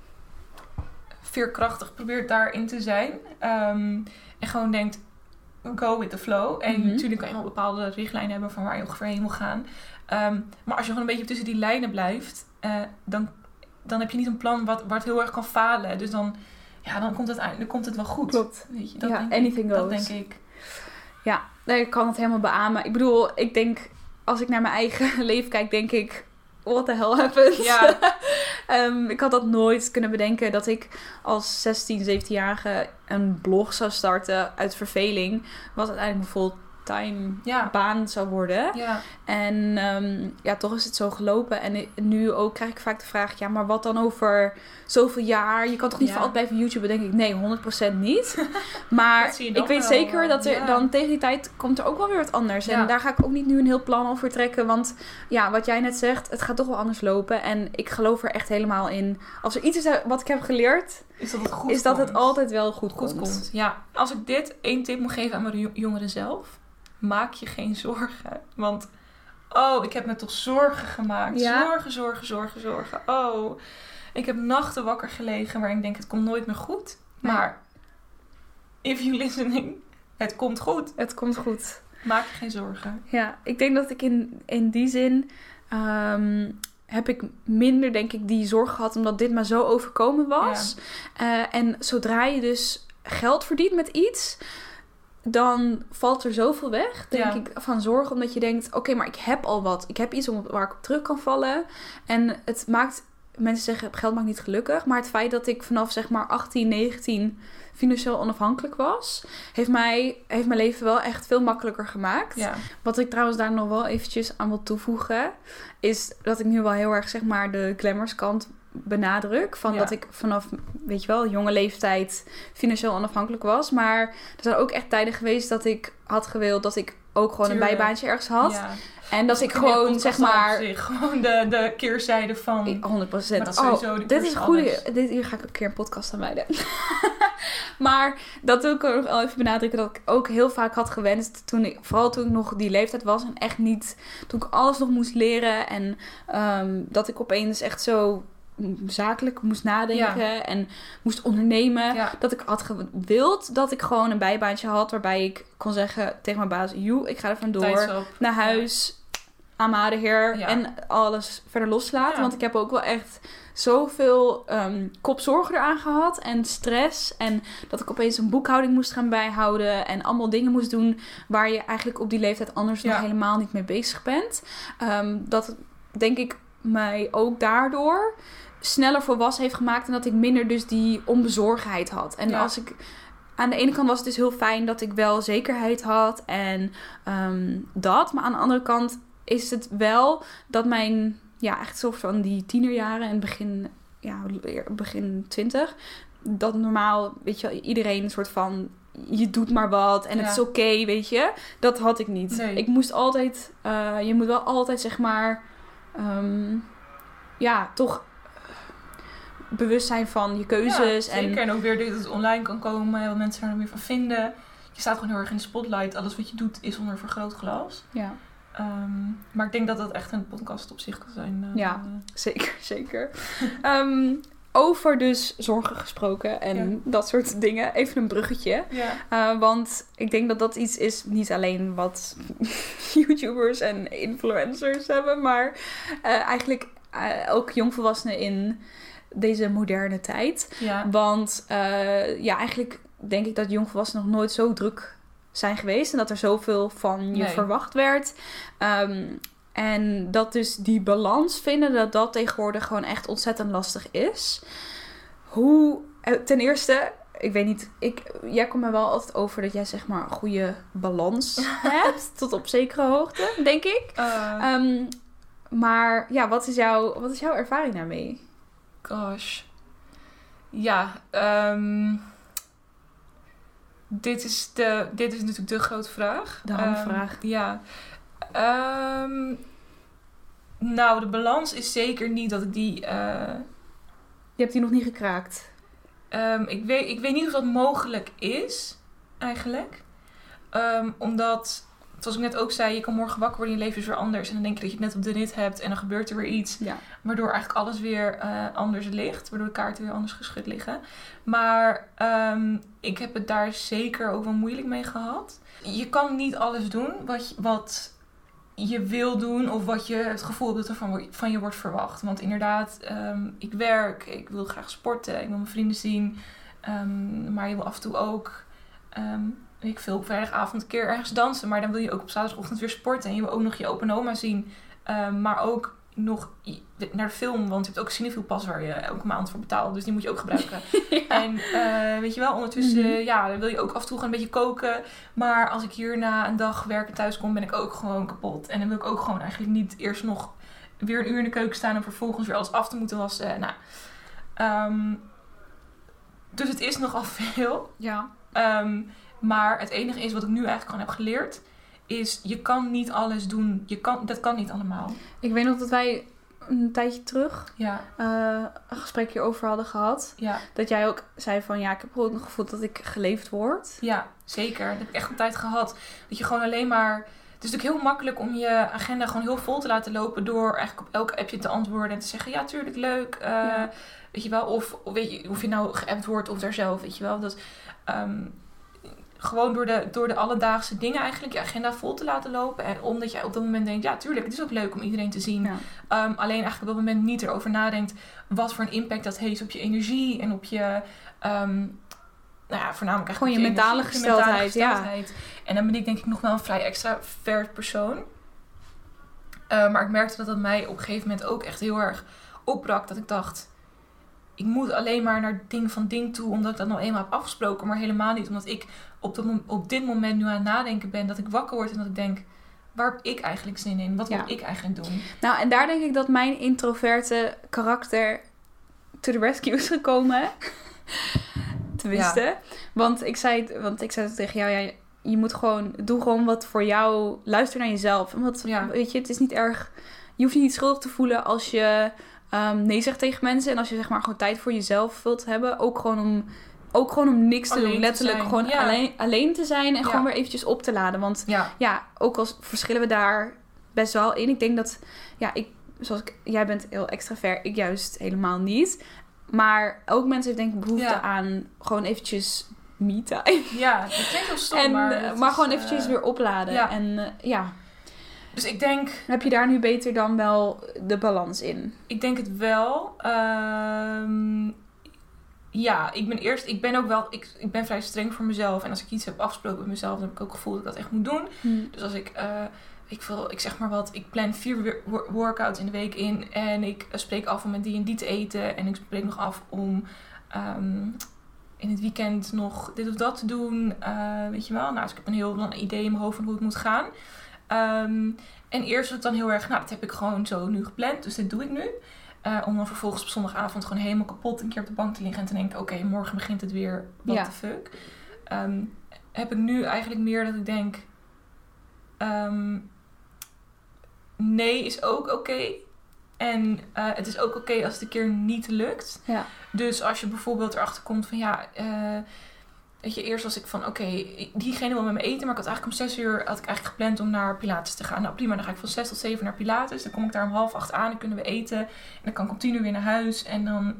B: veerkrachtig probeert daarin te zijn. Um, en gewoon denkt, go with the flow. En mm-hmm. natuurlijk kan je wel bepaalde richtlijnen hebben van waar je ongeveer heen wil gaan. Um, maar als je gewoon een beetje tussen die lijnen blijft, uh, dan... dan heb je niet een plan wat, waar het heel erg kan falen. Dus dan, ja, dan komt het, dan komt het wel goed.
A: Klopt.
B: Weet je, dat
A: ja,
B: denk
A: anything
B: ik,
A: goes.
B: Dat denk ik.
A: Ja, ik kan het helemaal beamen. Ik bedoel, ik denk, als ik naar mijn eigen leven kijk, denk ik... What the hell happened?
B: Ja.
A: um, ik had dat nooit kunnen bedenken dat ik als zestien, zeventienjarige een blog zou starten uit verveling. Wat uiteindelijk mijn fulltime ja. baan zou worden.
B: Ja.
A: En um, ja, toch is het zo gelopen. En nu ook krijg ik vaak de vraag, ja, maar wat dan over zoveel jaar? Je kan toch niet ja. voor altijd blijven YouTuben? Denk ik, nee, honderd procent niet. Maar ik weet wel. zeker dat er ja. dan tegen die tijd komt er ook wel weer wat anders. Ja. En daar ga ik ook niet nu een heel plan over trekken. Want ja, wat jij net zegt, het gaat toch wel anders lopen. En ik geloof er echt helemaal in. Als er iets is wat ik heb geleerd,
B: is dat het, goed
A: is dat het altijd wel goed, goed komt. komt.
B: Ja, als ik dit één tip moet geven aan mijn jongeren zelf, maak je geen zorgen. Want, oh, ik heb me toch zorgen gemaakt. Ja. Zorgen, zorgen, zorgen, zorgen. Oh, ik heb nachten wakker gelegen waar ik denk, het komt nooit meer goed. Nee. Maar, if you listening, het komt goed.
A: Het komt goed.
B: Maak je geen zorgen.
A: Ja, ik denk dat ik in, in die zin... Um, heb ik minder, denk ik, die zorg gehad, omdat dit maar zo overkomen was. Ja. Uh, en zodra je dus geld verdient met iets, dan valt er zoveel weg, denk
B: Ja.
A: ik, van zorgen. Omdat je denkt, oké, okay, maar ik heb al wat. Ik heb iets om, waar ik op terug kan vallen. En het maakt, mensen zeggen, geld maakt niet gelukkig. Maar het feit dat ik vanaf zeg maar achttien, negentien financieel onafhankelijk was, heeft, mij, heeft mijn leven wel echt veel makkelijker gemaakt.
B: Ja.
A: Wat ik trouwens daar nog wel eventjes aan wil toevoegen, is dat ik nu wel heel erg zeg maar de glamours kant benadruk. Van
B: Ja.
A: dat ik vanaf, weet je wel, jonge leeftijd financieel onafhankelijk was. Maar er zijn ook echt tijden geweest dat ik had gewild dat ik ook gewoon
B: Tuurlijk.
A: een bijbaantje ergens had.
B: Ja.
A: En dat ik
B: Kun je
A: gewoon,
B: podcast
A: zeg
B: al op
A: maar...
B: zich, gewoon de, de keerzijde van...
A: Ik- honderd procent.
B: Maar dat is sowieso de
A: oh,
B: koers
A: dit is een
B: van
A: goede...
B: alles.
A: Dit, hier ga ik ook een keer een podcast aan wijden. Maar dat wil ik ook nog wel even benadrukken. Dat ik ook heel vaak had gewenst. Toen ik, vooral toen ik nog die leeftijd was. En echt niet... Toen ik alles nog moest leren. En um, dat ik opeens echt zo zakelijk moest nadenken.
B: Ja.
A: En moest ondernemen.
B: Ja.
A: Dat ik had gewild dat ik gewoon een bijbaantje had. Waarbij ik kon zeggen tegen mijn baas... Joe, ik ga er vandoor.
B: Tijd zo op.
A: Naar huis... Aan Heer
B: Ja.
A: en alles verder loslaten.
B: Ja.
A: Want ik heb ook wel echt zoveel um, kopzorgen eraan gehad. En stress. En dat ik opeens een boekhouding moest gaan bijhouden. En allemaal dingen moest doen waar je eigenlijk op die leeftijd anders
B: Ja.
A: nog helemaal niet mee bezig bent. Um, dat denk ik mij ook daardoor sneller volwassen heeft gemaakt. En dat ik minder dus die onbezorgdheid had. En
B: Ja.
A: als ik... Aan de ene kant was het dus heel fijn dat ik wel zekerheid had. En um, dat. Maar aan de andere kant is het wel dat mijn, ja, echt zo van die tienerjaren en begin, ja, begin twintig, dat normaal, weet je wel, iedereen een soort van, je doet maar wat en
B: Ja.
A: het is oké, okay, weet je. Dat had ik niet.
B: Nee.
A: Ik moest altijd, uh, je moet wel altijd, zeg maar, um, ja, toch bewust zijn van je keuzes.
B: Ja, zeker.
A: En,
B: en ook weer dat het online kan komen, wat mensen er weer van vinden. Je staat gewoon heel erg in de spotlight. Alles wat je doet is onder vergrootglas.
A: ja.
B: Um, maar ik denk dat dat echt een podcast op zich kan zijn. Uh,
A: Ja, zeker, zeker. um, over dus zorgen gesproken en
B: Ja.
A: dat soort dingen. Even een bruggetje.
B: Ja.
A: Uh, want ik denk dat dat iets is, niet alleen wat YouTubers en influencers hebben, maar uh, eigenlijk uh, ook jongvolwassenen in deze moderne tijd.
B: Ja.
A: Want uh, ja, eigenlijk denk ik dat jongvolwassenen nog nooit zo druk zijn geweest. En dat er zoveel van je
B: Nee.
A: verwacht werd. Um, en dat dus die balans vinden, dat dat tegenwoordig gewoon echt ontzettend lastig is. Hoe, ten eerste, ik weet niet, ik, jij komt me wel altijd over dat jij zeg maar een goede balans hebt. Tot op zekere hoogte, denk ik.
B: Uh,
A: Um, maar ja, wat is, jouw, wat is jouw ervaring daarmee?
B: gosh. Ja, um, dit, is de, dit is natuurlijk de grote vraag.
A: De hamvraag.
B: Um, ja. Um, nou, de balans is zeker niet dat ik die... Uh,
A: Je hebt die nog niet gekraakt.
B: um, ik, weet, ik weet niet of dat mogelijk is, eigenlijk. Um, omdat, zoals ik net ook zei, je kan morgen wakker worden en je leven is weer anders. En dan denk je dat je het net op de rit hebt en dan gebeurt er weer iets.
A: Ja.
B: Waardoor eigenlijk alles weer uh, anders ligt. Waardoor de kaarten weer anders geschud liggen. Maar um, ik heb het daar zeker ook wel moeilijk mee gehad. Je kan niet alles doen wat je, wat je wil doen. Of wat je het gevoel hebt dat er van, van je wordt verwacht. Want inderdaad, um, ik werk. Ik wil graag sporten. Ik wil mijn vrienden zien. Um, maar je wil af en toe ook... Um, ik wil op vrijdagavond een keer ergens dansen. Maar dan wil je ook op zaterdagochtend weer sporten. En je wil ook nog je opa en oma zien. Um, maar ook nog naar de film. Want je hebt ook Cinefielpas waar je elke maand voor betaalt. Dus die moet je ook gebruiken. Ja. En uh, weet je wel, ondertussen mm-hmm. ja, dan wil je ook af en toe gaan een beetje koken. Maar als ik hier na een dag werken thuis kom, ben ik ook gewoon kapot. En dan wil ik ook gewoon eigenlijk niet eerst nog weer een uur in de keuken staan. En vervolgens weer alles af te moeten wassen. Nou, um, dus het is nogal veel.
A: Ja.
B: Um, maar het enige is wat ik nu eigenlijk gewoon heb geleerd, is je kan niet alles doen. Je kan, dat kan niet allemaal.
A: Ik weet nog dat wij een tijdje terug
B: ja.
A: uh, een gesprek hierover hadden gehad.
B: Ja.
A: Dat jij ook zei van ja, ik heb ook nog gevoeld dat ik geleefd word.
B: Ja, zeker. Dat heb ik echt een tijd gehad. Dat je gewoon alleen maar... Het is natuurlijk heel makkelijk om je agenda gewoon heel vol te laten lopen door eigenlijk op elke appje te antwoorden en te zeggen ja, tuurlijk, leuk. Uh, ja. Weet je wel, of weet je, of je nou geappt wordt of daar zelf, weet je wel. Dat... Um, Gewoon door de, door de alledaagse dingen eigenlijk je agenda vol te laten lopen. En omdat jij op dat moment denkt, ja tuurlijk, het is ook leuk om iedereen te zien. Ja. Um, alleen eigenlijk op dat moment niet erover nadenkt wat voor een impact dat heeft op je energie. En op je, um, nou ja, voornamelijk eigenlijk
A: Gewoon je
B: je
A: mentale
B: energie, je
A: gesteldheid,
B: mentale gesteldheid. Ja. En dan ben ik denk ik nog wel een vrij extravert persoon. Uh, maar ik merkte dat dat mij op een gegeven moment ook echt heel erg opbrak. Dat ik dacht, ik moet alleen maar naar ding van ding toe, omdat ik dat nou eenmaal heb afgesproken. Maar helemaal niet, omdat ik op, de, op dit moment nu aan het nadenken ben. Dat ik wakker word en dat ik denk, waar heb ik eigenlijk zin in? Wat wil ja. ik eigenlijk doen?
A: Nou, en daar denk ik dat mijn introverte karakter to the rescue is gekomen. Tenminste. Ja. Want ik zei, want ik zei het tegen jou, ja, je moet gewoon, doe gewoon wat voor jou, luister naar jezelf. Want, ja. weet je, het is niet erg, je hoeft je niet schuldig te voelen als je um, nee zegt tegen mensen. En als je zeg maar gewoon tijd voor jezelf wilt hebben. Ook gewoon om, ook gewoon om niks te alleen doen. Letterlijk te gewoon ja. alleen, alleen te zijn en ja. gewoon weer eventjes op te laden. Want ja, ja ook al verschillen we daar best wel in. Ik denk dat, ja, ik, zoals ik, jij bent heel extravert, ik juist helemaal niet. Maar elk mens heeft denk ik behoefte ja. aan gewoon eventjes me-time.
B: Ja, dat klinkt wel stom,
A: en,
B: maar...
A: Maar
B: is,
A: gewoon eventjes uh, weer opladen.
B: Ja.
A: En uh, ja...
B: Dus ik denk...
A: Heb je daar nu beter dan wel de balans in?
B: Ik denk het wel. Um, ja, ik ben eerst... Ik ben ook wel... Ik, ik ben vrij streng voor mezelf. En als ik iets heb afgesproken met mezelf, dan heb ik ook het gevoel dat ik dat echt moet doen. Hmm. Dus als ik... Uh, ik, wil, ik zeg maar wat, ik plan vier workouts in de week in. En ik spreek af om met die en die te eten. En ik spreek nog af om... Um, in het weekend nog dit of dat te doen. Uh, weet je wel. Nou, dus ik heb een heel lang idee in mijn hoofd van hoe het moet gaan. Um, en eerst was het dan heel erg... Nou, dat heb ik gewoon zo nu gepland. Dus dit doe ik nu. Uh, om dan vervolgens op zondagavond gewoon helemaal kapot een keer op de bank te liggen. En te denken, oké, okay, morgen begint het weer. What ja. the fuck. Um, heb ik nu eigenlijk meer dat ik denk... Um, nee is ook oké. Okay. En uh, het is ook oké okay als het een keer niet lukt. Ja. Dus als je bijvoorbeeld erachter komt van ja... Uh, weet je, eerst was ik van oké, okay, diegene wil met me eten. Maar ik had eigenlijk om zes uur had ik eigenlijk gepland om naar Pilates te gaan. Nou prima, dan ga ik van zes tot zeven naar Pilates. Dan kom ik daar om half acht aan en kunnen we eten. En dan kan ik om tien uur weer naar huis. En dan...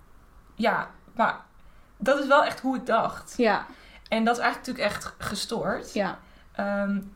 B: Ja, maar dat is wel echt hoe ik dacht. Ja. En dat is eigenlijk natuurlijk echt gestoord. Ja. Um,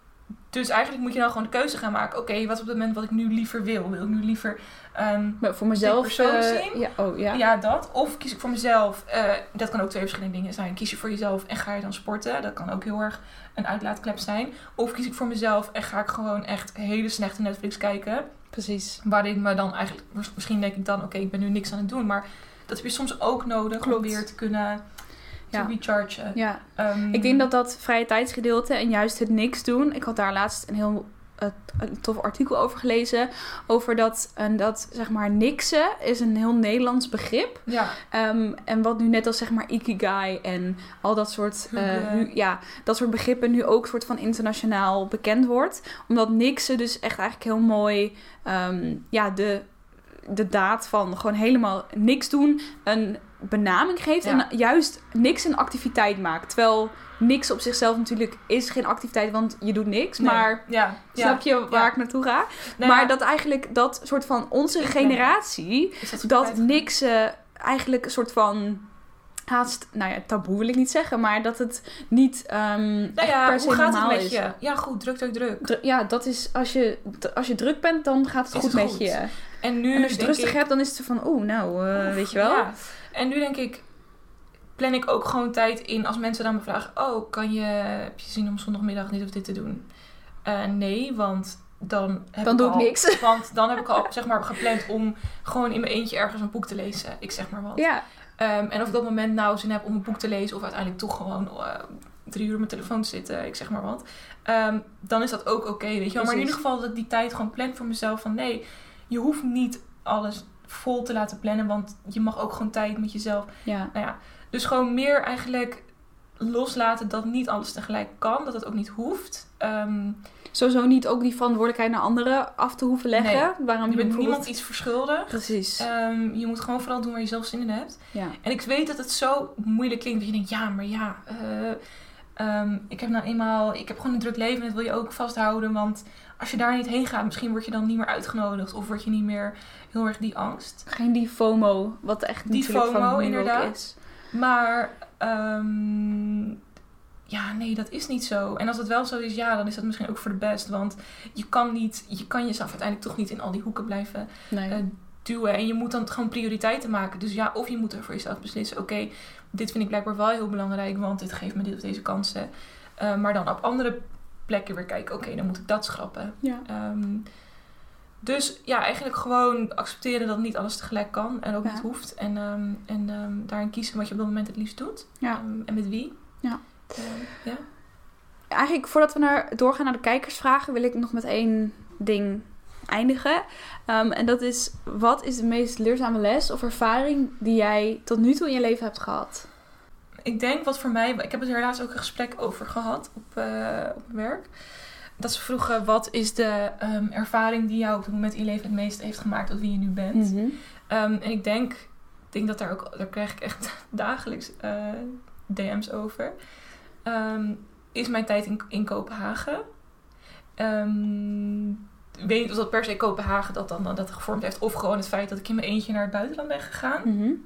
B: Dus eigenlijk moet je dan gewoon de keuze gaan maken. Oké, okay, wat op het moment wat ik nu liever wil? Wil ik nu liever um,
A: maar voor mezelf
B: persoon zien?
A: Ja, oh, ja.
B: ja, dat. Of kies ik voor mezelf. Uh, dat kan ook twee verschillende dingen zijn. Kies je voor jezelf en ga je dan sporten. Dat kan ook heel erg een uitlaatklep zijn. Of kies ik voor mezelf en ga ik gewoon echt hele slechte Netflix kijken.
A: Precies.
B: Waar ik me dan eigenlijk... Misschien denk ik dan, oké, okay, ik ben nu niks aan het doen. Maar dat heb je soms ook nodig. Klopt. Om weer te kunnen... Ja. Te rechargen.
A: Ja. Um, ik denk dat dat vrije tijdsgedeelte en juist het niks doen. Ik had daar laatst een heel uh, een tof artikel over gelezen. Over dat, uh, dat zeg maar niksen is een heel Nederlands begrip. Ja. Um, en wat nu net als zeg maar ikigai en al dat soort, uh, nu, ja, dat soort begrippen nu ook soort van internationaal bekend wordt. Omdat niksen dus echt eigenlijk heel mooi um, ja, de, de daad van gewoon helemaal niks doen een benaming geeft ja. en juist niks een activiteit maakt. Terwijl niks op zichzelf natuurlijk is geen activiteit, want je doet niks. Nee. Maar ja. snap je waar ja. ik naartoe ga? Nee, maar ja. dat eigenlijk dat soort van onze generatie, dat, dat niks uh, eigenlijk een soort van haast, nou ja, taboe wil ik niet zeggen, maar dat het niet um,
B: nou ja, per se hoe gaat het met is. Je? Ja, goed, druk, druk, druk.
A: Dru- ja, dat is, als je, als je druk bent, dan gaat het is goed het met goed. Je. En, nu en als je het rustig ik... hebt, dan is het van, oh, nou, uh, Oef, weet je wel. Ja.
B: En nu denk ik, plan ik ook gewoon tijd in als mensen dan me vragen, oh, kan je, heb je zin om zondagmiddag dit of dit te doen? Uh, nee, want dan heb
A: dan
B: ik
A: doe
B: al,
A: ik niks.
B: Want dan heb ik al, zeg maar, gepland om gewoon in mijn eentje ergens een boek te lezen. Ik zeg maar wat. Ja. Um, en of ik op dat moment nou zin heb om een boek te lezen of uiteindelijk toch gewoon uh, drie uur op mijn telefoon te zitten, ik zeg maar wat. Um, dan is dat ook oké, okay, weet je wel. Maar in ieder geval dat ik die tijd gewoon plan voor mezelf van nee, je hoeft niet alles vol te laten plannen, want je mag ook gewoon tijd met jezelf. Ja. Nou ja, dus gewoon meer eigenlijk loslaten dat niet alles tegelijk kan, dat het ook niet hoeft. Um,
A: Sowieso niet ook die verantwoordelijkheid naar anderen af te hoeven leggen. Nee,
B: waarom je, je bent niemand iets verschuldigd.
A: Precies.
B: Um, je moet gewoon vooral doen waar je zelf zin in hebt. Ja. En ik weet dat het zo moeilijk klinkt, dat je denkt, ja, maar ja, uh, um, ik heb nou eenmaal, ik heb gewoon een druk leven en dat wil je ook vasthouden, want als je daar niet heen gaat, misschien word je dan niet meer uitgenodigd of word je niet meer heel erg die angst.
A: Geen die FOMO, wat echt
B: die
A: natuurlijk
B: FOMO,
A: van
B: inderdaad
A: is.
B: Maar um, ja, nee, dat is niet zo. En als het wel zo is, ja, dan is dat misschien ook voor de best. Want je kan niet, je kan jezelf uiteindelijk toch niet in al die hoeken blijven nee. uh, duwen. En je moet dan gewoon prioriteiten maken. Dus ja, of je moet er voor jezelf beslissen. Oké, okay, dit vind ik blijkbaar wel heel belangrijk. Want dit geeft me dit of deze kansen. Uh, maar dan op andere plekken weer kijken. Oké, okay, dan moet ik dat schrappen.
A: Ja.
B: Um, dus ja, eigenlijk gewoon accepteren dat niet alles tegelijk kan. En ook
A: ja.
B: niet hoeft. En, um, en um, daarin kiezen wat je op dat moment het liefst doet.
A: Ja.
B: Um, en met wie.
A: Ja.
B: Uh, ja.
A: Eigenlijk voordat we naar, doorgaan naar de kijkersvragen, wil ik nog met één ding eindigen. Um, en dat is, wat is de meest leerzame les of ervaring die jij tot nu toe in je leven hebt gehad?
B: Ik denk wat voor mij... Ik heb er helaas ook een gesprek over gehad op, uh, op mijn werk. Dat ze vroegen, wat is de um, ervaring die jou op het moment in je leven het meest heeft gemaakt tot wie je nu bent?
A: Mm-hmm.
B: Um, en ik denk, ik denk dat daar ook... Daar krijg ik echt dagelijks uh, D M's over. Um, is mijn tijd in, in Kopenhagen. Um, ik weet niet of dat per se Kopenhagen dat dan dat gevormd heeft. Of gewoon het feit dat ik in mijn eentje naar het buitenland ben gegaan.
A: Mm-hmm.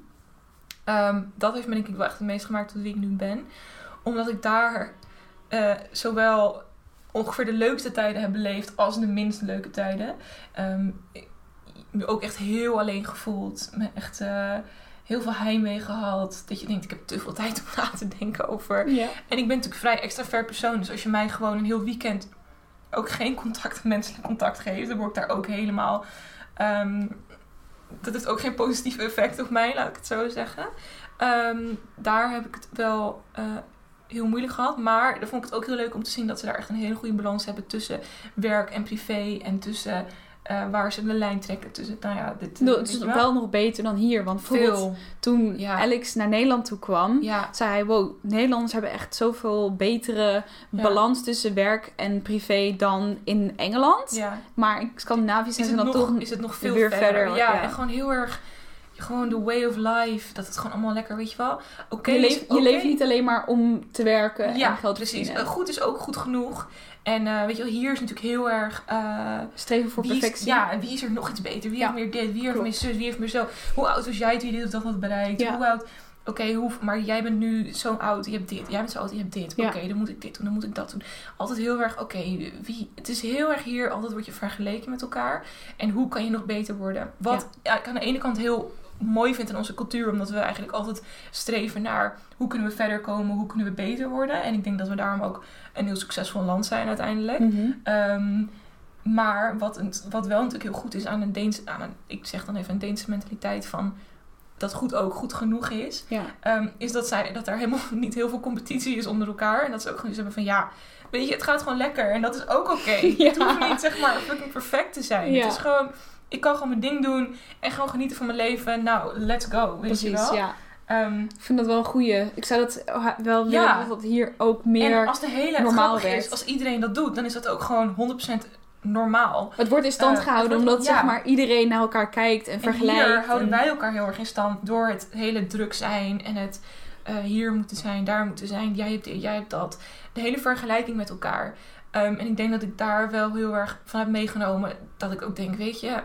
B: Um, dat heeft me denk ik wel echt het meest gemaakt tot wie ik nu ben. Omdat ik daar uh, zowel ongeveer de leukste tijden heb beleefd als de minst leuke tijden. Um, ik, me ook echt heel alleen gevoeld. Me echt uh, heel veel heimwee gehad. Dat je denkt, ik heb te veel tijd om na te denken over.
A: Ja.
B: En ik ben natuurlijk vrij extravert persoon. Dus als je mij gewoon een heel weekend ook geen contact, menselijk contact geeft, dan word ik daar ook helemaal... Um, dat heeft ook geen positieve effect op mij, laat ik het zo zeggen. Um, daar heb ik het wel uh, heel moeilijk gehad. Maar dan vond ik het ook heel leuk om te zien dat ze daar echt een hele goede balans hebben tussen werk en privé. En tussen uh, waar ze de lijn trekken. Tussen, nou ja, dit,
A: no, het is wel? wel nog beter dan hier. Want veel. Toen ja. Alex naar Nederland toe kwam,
B: ja.
A: zei hij, wow, Nederlanders hebben echt zoveel betere ja. balans tussen werk en privé dan in Engeland.
B: Ja.
A: Maar in Scandinavië zijn
B: is
A: ze dan
B: nog,
A: toch
B: is het nog veel
A: weer
B: verder.
A: verder.
B: Ja,
A: ja,
B: en gewoon heel erg... Gewoon de way of life. Dat het gewoon allemaal lekker, weet je wel. Okay,
A: je leeft,
B: okay.
A: je leeft niet alleen maar om te werken
B: ja,
A: en geld te
B: precies.
A: verdienen.
B: Goed is ook goed genoeg. En uh, weet je wel, hier is natuurlijk heel erg... Uh,
A: streven voor perfectie.
B: Is, ja, en wie is er nog iets beter? Wie
A: ja.
B: heeft meer dit? Wie heeft meer zus? Wie heeft meer zo? Hoe oud was jij toen je dit of dat had bereikt?
A: Ja.
B: Hoe oud... Oké, okay, maar jij bent nu zo oud, je hebt dit. Jij bent zo oud, je hebt dit. Ja. Oké, okay, dan moet ik dit doen, dan moet ik dat doen. Altijd heel erg, oké, okay, wie... Het is heel erg hier, altijd word je vergeleken met elkaar. En hoe kan je nog beter worden? Wat ja. Ja, ik aan de ene kant heel mooi vind in onze cultuur, omdat we eigenlijk altijd streven naar hoe kunnen we verder komen, hoe kunnen we beter worden. En ik denk dat we daarom ook een heel succesvol land zijn uiteindelijk.
A: Mm-hmm.
B: Um, maar wat, een, wat wel natuurlijk heel goed is aan een Deense, aan een, ik zeg dan even een Deense mentaliteit van... dat goed ook goed genoeg is,
A: ja.
B: um, is dat, zij, dat er helemaal niet heel veel competitie is onder elkaar. En dat ze ook gewoon hebben van, ja, weet je, het gaat gewoon lekker. En dat is ook oké. Okay. Ja. Het hoeft niet, zeg maar, fucking perfect te zijn. Ja. Het is gewoon, ik kan gewoon mijn ding doen en gewoon genieten van mijn leven. Nou, let's go, weet
A: Precies,
B: je wel.
A: Ja.
B: Um,
A: ik vind dat wel een goeie. Ik zou dat wel willen
B: ja.
A: dat dat hier ook meer
B: en als de hele
A: normaal
B: het is, als iedereen dat doet, dan is dat ook gewoon honderd procent normaal.
A: Het wordt in stand uh, gehouden wordt, omdat ja. zeg maar, iedereen naar elkaar kijkt en, en vergelijkt.
B: Hier houden en... wij elkaar heel erg in stand door het hele druk zijn en het uh, hier moeten zijn, daar moeten zijn. Jij hebt dit, jij hebt dat. De hele vergelijking met elkaar. Um, en ik denk dat ik daar wel heel erg van heb meegenomen. Dat ik ook denk, weet je,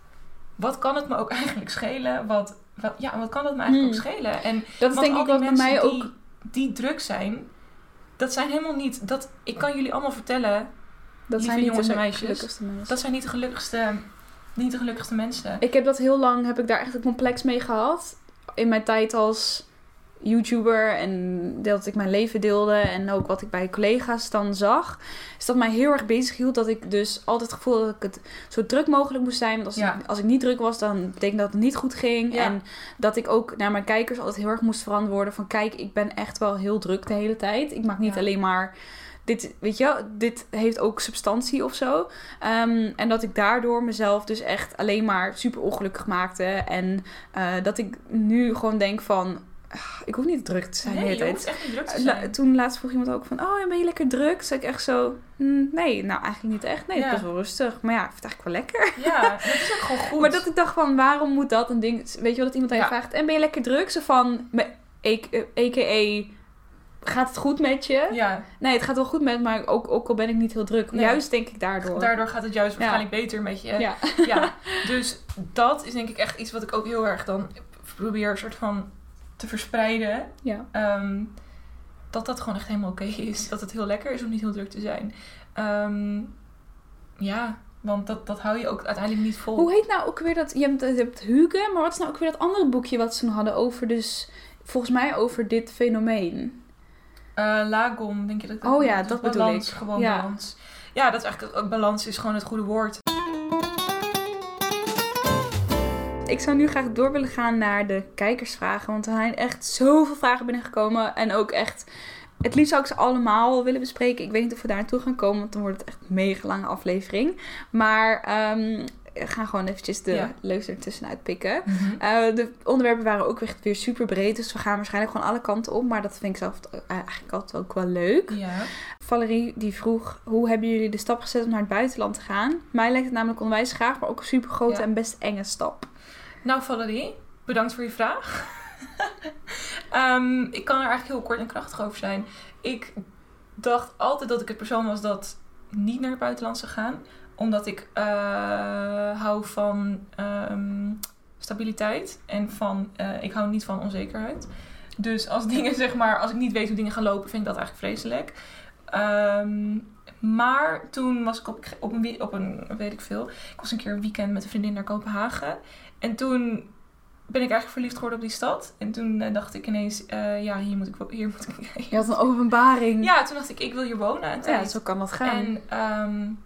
B: wat kan het me ook eigenlijk schelen? Wat, wat, ja, wat kan het me eigenlijk hmm. ook schelen? En
A: dat is denk ik wat bij mij ook...
B: Die, die druk zijn, dat zijn helemaal niet... Dat, ik kan jullie allemaal vertellen...
A: Dat zijn niet jongens de meisjes. gelukkigste mensen.
B: Dat zijn niet de gelukkigste, niet de gelukkigste mensen.
A: Ik heb dat heel lang, heb ik daar echt een complex mee gehad. In mijn tijd als YouTuber en dat ik mijn leven deelde en ook wat ik bij collega's dan zag. Is dat mij heel erg bezig hield dat ik dus altijd het gevoel dat ik het zo druk mogelijk moest zijn. Want als, ja. ik, als ik niet druk was, dan betekent dat het niet goed ging. Ja. En dat ik ook naar mijn kijkers altijd heel erg moest verantwoorden van kijk, ik ben echt wel heel druk de hele tijd. Ik maak niet ja. alleen maar... Dit, weet je wel, dit heeft ook substantie of zo. Um, en dat ik daardoor mezelf dus echt alleen maar super ongelukkig maakte. En uh, dat ik nu gewoon denk van... Uh, ik hoef niet druk te zijn.
B: Nee,
A: je
B: hoeft echt niet druk te zijn.
A: La, toen laatst vroeg iemand ook van... Oh, ben je lekker druk? Zei ik echt zo... Mm, nee, nou eigenlijk niet echt. Nee, ja. Het is wel rustig. Maar ja, ik vind het eigenlijk wel lekker.
B: Ja, dat is ook gewoon goed.
A: Maar dat ik dacht van, waarom moet dat een ding... Weet je wel, dat iemand aan je ja. vraagt... En ben je lekker druk? Zo van... A K A... Gaat het goed met je?
B: Ja.
A: Nee, het gaat wel goed met me, maar ook, ook al ben ik niet heel druk. Nee. Juist denk ik daardoor.
B: Daardoor gaat het juist waarschijnlijk ja. beter met je.
A: Ja.
B: ja. Dus dat is denk ik echt iets wat ik ook heel erg dan probeer een soort van te verspreiden.
A: Ja.
B: Um, dat dat gewoon echt helemaal oké okay is. Dat het heel lekker is om niet heel druk te zijn. Um, ja. Want dat, dat hou je ook uiteindelijk niet vol.
A: Hoe heet nou ook weer dat... Je hebt, je hebt Hugo, maar wat is nou ook weer dat andere boekje wat ze nog hadden over dus... Volgens mij over dit fenomeen.
B: Uh, Lagom, denk je dat ik
A: Oh ja, dat bedoel
B: balans,
A: ik.
B: Gewoon
A: ja.
B: balans. Ja, dat is eigenlijk ook balans is gewoon het goede woord.
A: Ik zou nu graag door willen gaan naar de kijkersvragen. Want er zijn echt zoveel vragen binnengekomen. En ook echt... Het liefst zou ik ze allemaal willen bespreken. Ik weet niet of we daar naartoe gaan komen. Want dan wordt het echt een mega lange aflevering. Maar... Um, we gaan gewoon eventjes de ja. leukste ertussenuit pikken.
B: Mm-hmm.
A: Uh, de onderwerpen waren ook echt weer super breed. Dus we gaan waarschijnlijk gewoon alle kanten op. Maar dat vind ik zelf eigenlijk altijd ook wel leuk.
B: Ja.
A: Valerie die vroeg... Hoe hebben jullie de stap gezet om naar het buitenland te gaan? Mij lijkt het namelijk onwijs gaaf. Maar ook een super grote ja. en best enge stap.
B: Nou Valerie, bedankt voor je vraag. um, ik kan er eigenlijk heel kort en krachtig over zijn. Ik dacht altijd dat ik het persoon was dat niet naar het buitenland zou gaan. Omdat ik uh, hou van um, stabiliteit. En van, uh, ik hou niet van onzekerheid. Dus als dingen, zeg maar, als ik niet weet hoe dingen gaan lopen, vind ik dat eigenlijk vreselijk. Um, maar toen was ik op, op, een, op een, weet ik veel. Ik was een keer een weekend met een vriendin naar Kopenhagen. En toen ben ik eigenlijk verliefd geworden op die stad. En toen uh, dacht ik ineens, uh, ja, hier moet ik... Hier moet ik
A: Je had een openbaring.
B: Ja, toen dacht ik, ik wil hier wonen. Een tijd.
A: Ja, zo kan dat gaan.
B: En um,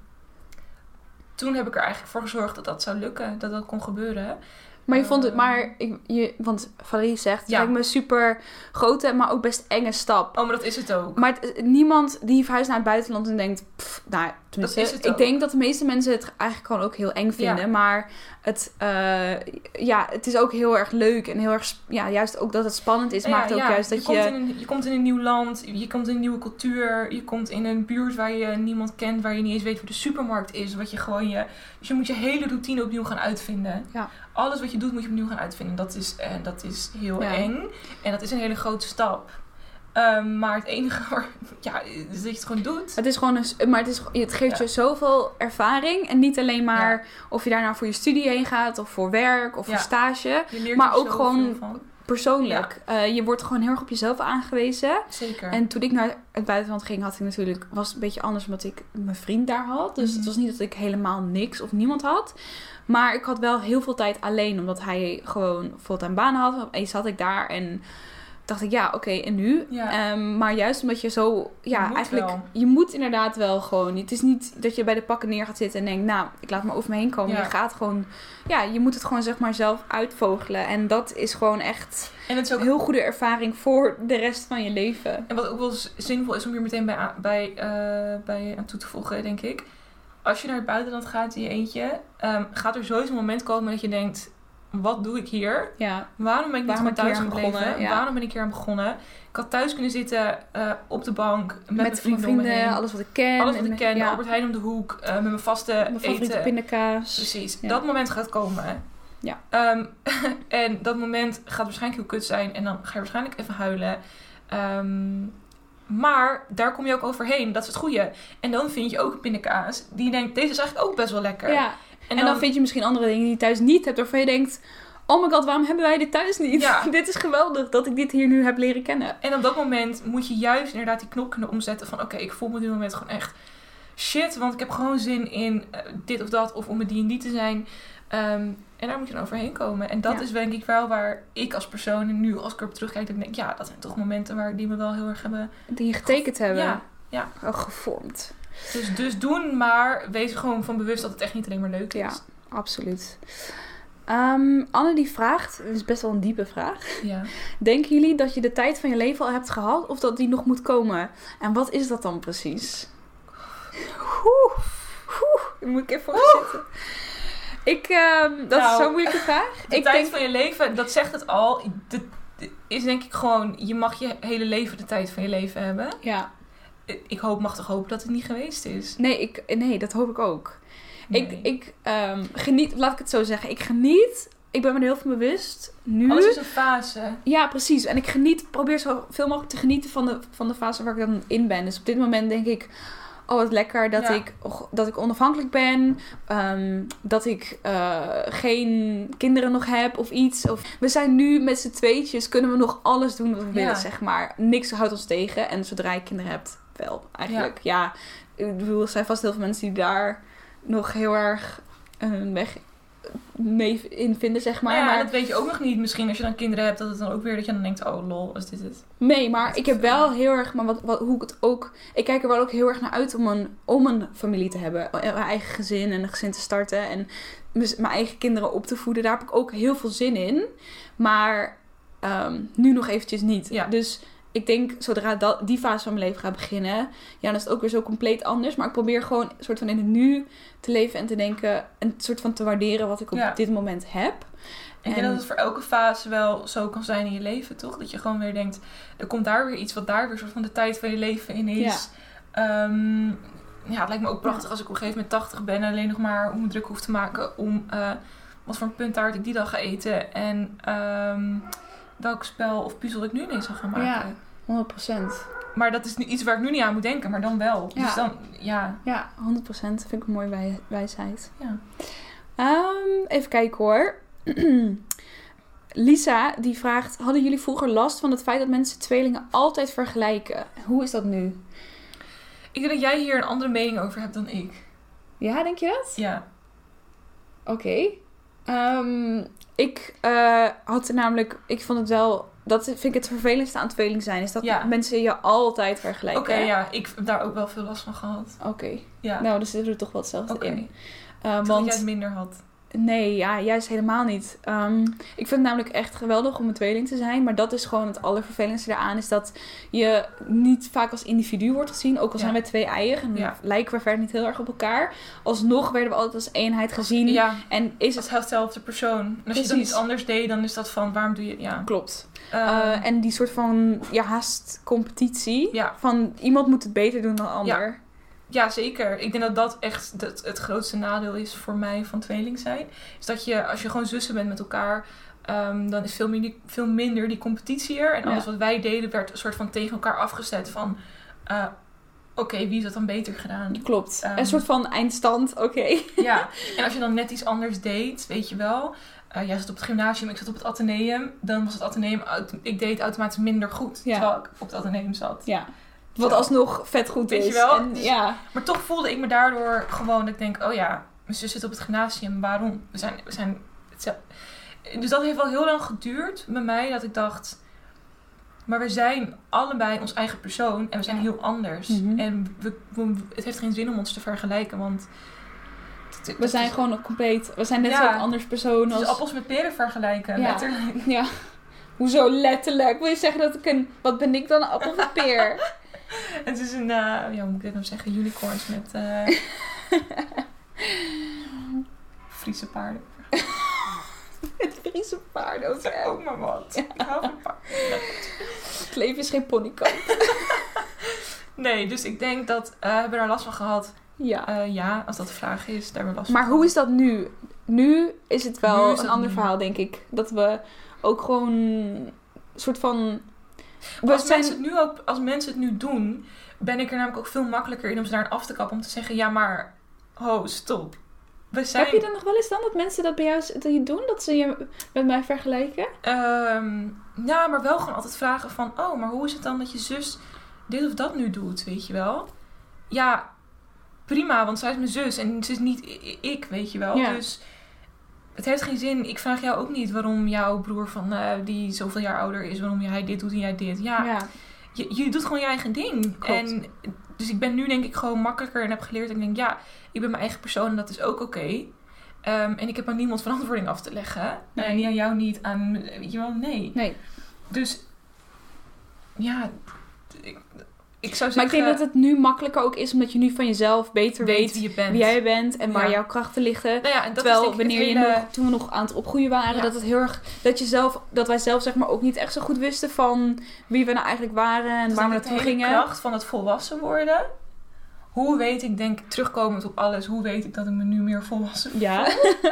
B: toen heb ik er eigenlijk voor gezorgd dat dat zou lukken. Dat dat kon gebeuren.
A: Maar je vond het maar... Ik, je, want Valerie zegt, het
B: ja.
A: lijkt me een super grote, maar ook best enge stap.
B: Oh, maar dat is het ook.
A: Maar het, niemand die verhuist naar het buitenland en denkt... Pff, nou, tenminste,
B: dat is het
A: ik
B: ook.
A: denk dat de meeste mensen het eigenlijk gewoon ook heel eng vinden.
B: Ja.
A: Maar het, uh, ja, het is ook heel erg leuk. En heel erg... Ja, juist ook dat het spannend is,
B: ja,
A: maakt ook
B: ja.
A: juist dat
B: je...
A: je...
B: Komt in een, je komt in een nieuw land, je komt in een nieuwe cultuur. Je komt in een buurt waar je niemand kent, waar je niet eens weet waar de supermarkt is. Wat je gewoon je... Dus je moet je hele routine opnieuw gaan uitvinden.
A: Ja.
B: Alles wat je doet moet je opnieuw gaan uitvinden. Dat is, uh, dat is heel
A: ja.
B: eng. En dat is een hele grote stap. Um, maar het enige waar, ja, is dat je het gewoon doet.
A: Het is gewoon een, maar het, is, het geeft ja. je zoveel ervaring. En niet alleen maar ja. of je daar nou voor je studie heen gaat, of voor werk, of ja. voor stage. Maar ook gewoon van. persoonlijk. Ja. Uh, je wordt gewoon heel erg op jezelf aangewezen.
B: Zeker.
A: En toen ik naar het buitenland ging, had ik natuurlijk, was het een beetje anders omdat ik mijn vriend daar had. Dus mm-hmm. het was niet dat ik helemaal niks of niemand had. Maar ik had wel heel veel tijd alleen, omdat hij gewoon fulltime baan had. Eens had ik daar en dacht ik, ja, oké, okay, en nu?
B: Ja.
A: Um, maar juist omdat je zo, ja,
B: je
A: eigenlijk,
B: wel.
A: je moet inderdaad wel gewoon. Het is niet dat je bij de pakken neer gaat zitten en denkt, nou, ik laat maar over me heen komen.
B: Ja.
A: Je gaat gewoon, ja, je moet het gewoon zeg maar zelf uitvogelen. En dat is gewoon echt
B: en het is ook
A: een heel goede ervaring voor de rest van je leven.
B: En wat ook wel zinvol is om hier meteen bij, bij, uh, bij aan toe te voegen, denk ik. Als je naar het buitenland gaat in je eentje, um, gaat er sowieso een moment komen dat je denkt, wat doe ik hier?
A: Ja.
B: Waarom ben ik niet gewoon thuis gebleven?
A: Ja.
B: Waarom ben ik hier aan begonnen? Ik had thuis kunnen zitten uh, op de bank met, met mijn vrienden,
A: vrienden alles wat ik ken.
B: Alles wat ik ken,
A: ja.
B: Albert Heijn om de hoek, uh, met mijn vaste
A: mijn favoriete
B: eten.
A: pindakaas.
B: Precies,
A: ja.
B: dat moment gaat komen.
A: Ja.
B: Um, en dat moment gaat waarschijnlijk heel kut zijn en dan ga je waarschijnlijk even huilen. Um, Maar daar kom je ook overheen. Dat is het goede. En dan vind je ook een pindakaas die je denkt, deze is eigenlijk ook best wel lekker.
A: Ja. En, en dan, dan vind je misschien andere dingen die je thuis niet hebt, waarvan je denkt, oh my god, waarom hebben wij dit thuis niet?
B: Ja.
A: Dit is geweldig dat ik dit hier nu heb leren kennen.
B: En op dat moment moet je juist inderdaad die knop kunnen omzetten van, oké, okay, ik voel me op dit moment gewoon echt shit, want ik heb gewoon zin in uh, dit of dat, of om met die en die te zijn. Um, en daar moet je dan overheen komen. En dat ja. is denk ik wel waar ik als persoon, en nu als ik erop terugkijk, denk ik, ja, dat zijn toch momenten waar die me wel heel erg hebben...
A: Die je getekend hebben.
B: Ja, ja.
A: Ook gevormd.
B: Dus, dus doen, maar wees er gewoon van bewust dat het echt niet alleen maar leuk is.
A: Ja, absoluut. Um, Anne die vraagt, het is best wel een diepe vraag.
B: Ja.
A: Denken jullie dat je de tijd van je leven al hebt gehad of dat die nog moet komen? En wat is dat dan precies? Oeh, oeh, daar moet ik even voor zitten. Ik, um, dat nou, is zo'n moeilijke vraag.
B: De
A: ik
B: tijd
A: denk...
B: van je leven, dat zegt het al. De, de, is denk ik gewoon, je mag je hele leven de tijd van je leven hebben.
A: Ja.
B: Ik hoop, mag toch hopen dat het niet geweest is.
A: Nee, ik, nee dat hoop ik ook.
B: Nee.
A: Ik, ik um, geniet, laat ik het zo zeggen. Ik geniet, ik ben me er heel veel bewust. Nu.
B: Alles is een fase.
A: Ja, precies. En ik geniet, probeer zo veel mogelijk te genieten van de, van de fase waar ik dan in ben. Dus op dit moment denk ik, oh wat lekker dat, ja. ik, dat ik onafhankelijk ben. Um, dat ik uh, geen kinderen nog heb of iets. Of, we zijn nu met z'n tweetjes, kunnen we nog alles doen wat we ja. willen, zeg maar. Niks houdt ons tegen. En zodra je kinderen hebt, wel eigenlijk. Ja, ja ik bedoel, er zijn vast heel veel mensen die daar nog heel erg een weg mee in vinden, zeg maar.
B: Nou ja,
A: maar
B: dat weet je ook nog niet. Misschien als je dan kinderen hebt, dat het dan ook weer dat je dan denkt, oh lol, is dit het?
A: Nee, maar ik heb wel heel erg, maar wat, wat, hoe ik het ook... Ik kijk er wel ook heel erg naar uit om een, om een familie te hebben. Mijn eigen gezin en een gezin te starten. En mijn eigen kinderen op te voeden. Daar heb ik ook heel veel zin in. Maar um, nu nog eventjes niet.
B: Ja.
A: Dus ik denk, zodra dat, die fase van mijn leven gaat beginnen... Ja, dan is het ook weer zo compleet anders. Maar ik probeer gewoon een soort van in het nu te leven en te denken... En een soort van te waarderen wat ik op
B: ja.
A: dit moment heb.
B: Ik denk dat het voor elke fase wel zo kan zijn in je leven, toch? Dat je gewoon weer denkt, er komt daar weer iets wat daar weer soort van de tijd van je leven in is. Ja, um, ja het lijkt me ook prachtig ja. als ik op een gegeven moment tachtig ben en alleen nog maar om me druk hoef te maken om uh, wat voor een punttaart ik die dag ga eten. En um, welk spel of puzzel ik nu ineens zal gaan maken.
A: Ja, honderd procent.
B: Maar dat is nu iets waar ik nu niet aan moet denken, maar dan wel.
A: Ja.
B: Dus dan, ja.
A: Ja, honderd procent. Vind ik een mooie wij- wijsheid.
B: Ja.
A: Um, even kijken hoor. Lisa, die vraagt... Hadden jullie vroeger last van het feit dat mensen tweelingen altijd vergelijken? Hoe is dat nu?
B: Ik denk dat jij hier een andere mening over hebt dan ik.
A: Ja, denk je dat?
B: Ja.
A: Oké. Okay. Um, ik uh, had er namelijk... Ik vond het wel... Dat vind ik het vervelendste aan tweeling zijn. Is dat ja. mensen je altijd vergelijken.
B: Oké, okay, ja. Ik heb daar ook wel veel last van gehad.
A: Oké. Okay.
B: Ja.
A: Nou, dan zitten we er toch wel hetzelfde
B: okay.
A: in.
B: Uh, want dat jij het minder had.
A: Nee, ja, juist helemaal niet. Um, ik vind het namelijk echt geweldig om een tweeling te zijn. Maar dat is gewoon het allervervelendste daaraan. Is dat je niet vaak als individu wordt gezien. Ook al zijn ja. we twee eigen. En ja. lijken we verder niet heel erg op elkaar. Alsnog werden we altijd als eenheid gezien.
B: Ja,
A: en is het
B: als hetzelfde persoon. En als Precies. je dan iets anders deed, dan is dat van waarom doe je... Ja.
A: Klopt. Um, uh, en die soort van ja, haast competitie.
B: Ja.
A: Van iemand moet het beter doen dan ander.
B: Ja. Ja, zeker. Ik denk dat dat echt het, het grootste nadeel is voor mij van tweeling zijn. Is dat je, als je gewoon zussen bent met elkaar, um, dan is veel minder, veel minder die competitie er. En alles ja. wat wij deden werd een soort van tegen elkaar afgezet van... Uh, Oké, okay, wie is dat dan beter gedaan?
A: Klopt. Um, een soort van eindstand, oké. Okay.
B: Ja, en als je dan net iets anders deed, weet je wel... Uh, jij zat op het gymnasium, ik zat op het ateneum. Dan was het ateneum... Ik deed automatisch minder goed, ja. terwijl ik op het ateneum zat.
A: Ja. Wat alsnog vet goed
B: Weet
A: is.
B: je wel?
A: En, ja.
B: Maar toch voelde ik me daardoor gewoon dat ik denk... Oh ja, mijn zus zit op het gymnasium. Waarom? We zijn... We zijn hetzelfde. Dus dat heeft wel heel lang geduurd bij mij. Dat ik dacht... Maar we zijn allebei ons eigen persoon. En we zijn ja. heel anders.
A: Mm-hmm.
B: En we, we, het heeft geen zin om ons te vergelijken. Want...
A: Dat, we zijn is, gewoon compleet... We zijn net ja, zo'n anders persoon als...
B: Dus appels met peren vergelijken.
A: Ja.
B: Letterlijk.
A: Ja. Hoezo letterlijk? Wil je zeggen dat ik een... Wat ben ik dan? Een appel met peer?
B: Het is een, uh, ja, hoe moet ik dit nou zeggen? Unicorns met uh, Friese paarden.
A: Met Friese paarden ook.
B: Dat is ook maar wat. Ja. Ik hou van paarden.
A: Het leven is geen ponykamp.
B: Nee, dus ik denk dat... Uh, hebben we daar last van gehad?
A: Ja.
B: Uh, ja, als dat de vraag is, daar hebben we last
A: maar
B: van.
A: Maar hoe is dat nu? Nu is het wel
B: is
A: een ander nu. verhaal, denk ik. Dat we ook gewoon een soort van...
B: Als, zijn... mensen het nu ook, als mensen het nu doen, ben ik er namelijk ook veel makkelijker in om ze daar af te kappen. Om te zeggen, ja maar, ho, stop. We zijn...
A: Heb je dan nog wel eens dan dat mensen dat bij jou doen? Dat ze je met mij vergelijken?
B: Um, ja, maar wel gewoon altijd vragen van, oh, maar hoe is het dan dat je zus dit of dat nu doet, weet je wel? Ja, prima, want zij is mijn zus en ze is niet ik, weet je wel.
A: Ja.
B: Dus... Het heeft geen zin. Ik vraag jou ook niet waarom jouw broer van uh, die zoveel jaar ouder is, waarom jij dit doet en jij dit. Ja,
A: ja.
B: Je, je doet gewoon je eigen ding.
A: Klopt.
B: En dus ik ben nu denk ik gewoon makkelijker en heb geleerd. Ik denk, ja, ik ben mijn eigen persoon en dat is ook oké. Okay. Um, en ik heb aan niemand verantwoording af te leggen.
A: Nee.
B: Uh, niet aan jou, niet aan, weet je wel, nee.
A: Nee.
B: Dus, ja, ik, ik zou zeggen...
A: Maar ik denk dat het nu makkelijker ook is, omdat je nu van jezelf beter weet,
B: weet wie, je bent.
A: wie jij bent en waar
B: ja.
A: jouw krachten liggen.
B: Nou ja, en dat
A: Terwijl
B: is
A: wanneer
B: hele...
A: je nog, toen we nog aan het opgroeien waren, ja. dat het heel erg, dat je zelf, dat wij zelf zeg maar ook niet echt zo goed wisten van wie we nou eigenlijk waren en
B: dat
A: waar we naartoe gingen.
B: De kracht van het volwassen worden. Hoe weet ik, denk ik, terugkomend op alles, hoe weet ik dat ik me nu meer volwassen voel?
A: Ja.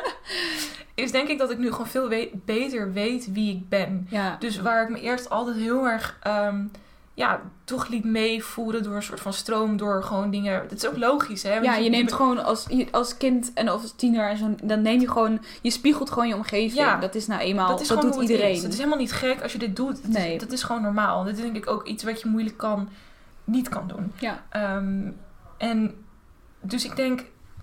B: Is denk ik dat ik nu gewoon veel we- beter weet wie ik ben.
A: Ja.
B: Dus waar ik me eerst altijd heel erg... Um, ja, toch liet meevoeren door een soort van stroom, door gewoon dingen... Dat is ook logisch, hè? Want
A: ja, je, je neemt
B: je...
A: gewoon als, als kind en als tiener en zo, dan neem je gewoon... Je spiegelt gewoon je omgeving. Ja, dat is nou eenmaal... Dat, is dat doet iedereen.
B: Het is. Het is helemaal niet gek als je dit doet. Het
A: nee.
B: is, dat is gewoon normaal. Dat is denk ik ook iets wat je moeilijk kan... Niet kan doen.
A: Ja.
B: Um, en dus ik denk...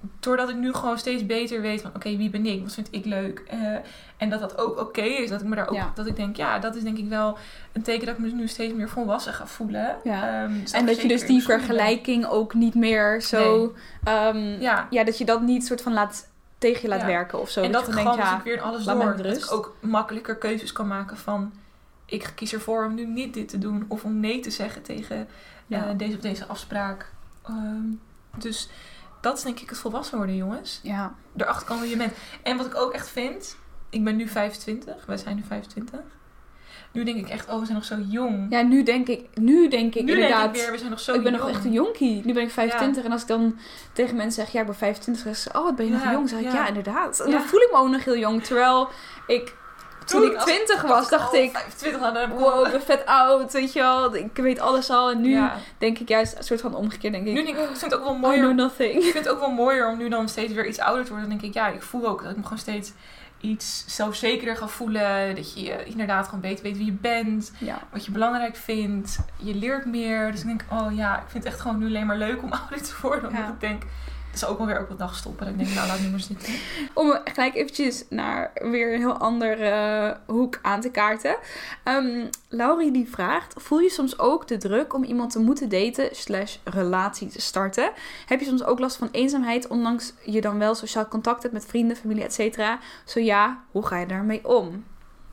B: doordat ik nu gewoon steeds beter weet van... Oké, okay, wie ben ik? Wat vind ik leuk? Uh, en dat dat ook oké okay is. Dat ik me daar ook... Ja. Dat ik denk, ja, dat is denk ik wel een teken dat ik me nu steeds meer volwassen ga voelen.
A: Ja. Um, en dat je dus die vergelijking ben. ook niet meer zo... Nee. Um, ja. ja, dat je dat niet soort van laat... tegen je laat ja. werken of zo.
B: En dat,
A: dat
B: gewoon
A: denkt,
B: dus
A: ja,
B: ik weer in alles door. Dat ik ook makkelijker keuzes kan maken van... Ik kies ervoor om nu niet dit te doen. Of om nee te zeggen tegen ja. uh, deze of deze afspraak. Um, dus dat is denk ik het volwassen worden, jongens.
A: Ja.
B: Erachter komen wie je bent. En wat ik ook echt vind... Ik ben nu vijfentwintig. Wij zijn nu vijfentwintig. Nu denk ik echt, oh, we zijn nog zo jong.
A: Ja, nu denk ik, nu denk ik
B: nu
A: inderdaad...
B: denk ik weer, we zijn nog zo
A: Ik ben
B: jong.
A: nog echt een jonkie. Nu ben ik vijfentwintig. Ja. En als ik dan tegen mensen zeg, ja, ik ben vijfentwintig. Dan zeggen ze, oh, wat ben je ja, nog jong? Dan zeg ik, ja, ja inderdaad. En ja. dan voel ik me ook nog heel jong. Terwijl ik... Toen, Toen ik twintig was, dacht ik,
B: vijfentwintig aan
A: wow, ik ben vet oud, weet je wel. Ik weet alles al. En nu ja. denk ik juist een soort van omgekeerd, denk ik.
B: Nu denk ik, ik vind het ook wel mooier.
A: I know nothing.
B: Ik vind het ook wel mooier om nu dan steeds weer iets ouder te worden. Dan denk ik, ja, ik voel ook dat ik me gewoon steeds iets zelfzekerder ga voelen. Dat je uh, inderdaad gewoon beter weet wie je bent.
A: Ja.
B: Wat je belangrijk vindt. Je leert meer. Dus ik denk, oh ja, ik vind het echt gewoon nu alleen maar leuk om ouder te worden. Omdat ja. ik denk... Dat is ook wel weer op een dag stoppen. En ik denk, nou, laat nu maar zitten.
A: Om gelijk eventjes naar weer een heel andere uh, hoek aan te kaarten. Um, Laurie die vraagt... Voel je soms ook de druk om iemand te moeten daten... slash relatie te starten? Heb je soms ook last van eenzaamheid... ondanks je dan wel sociaal contact hebt met vrienden, familie, et cetera? Zo ja, hoe ga je daarmee om?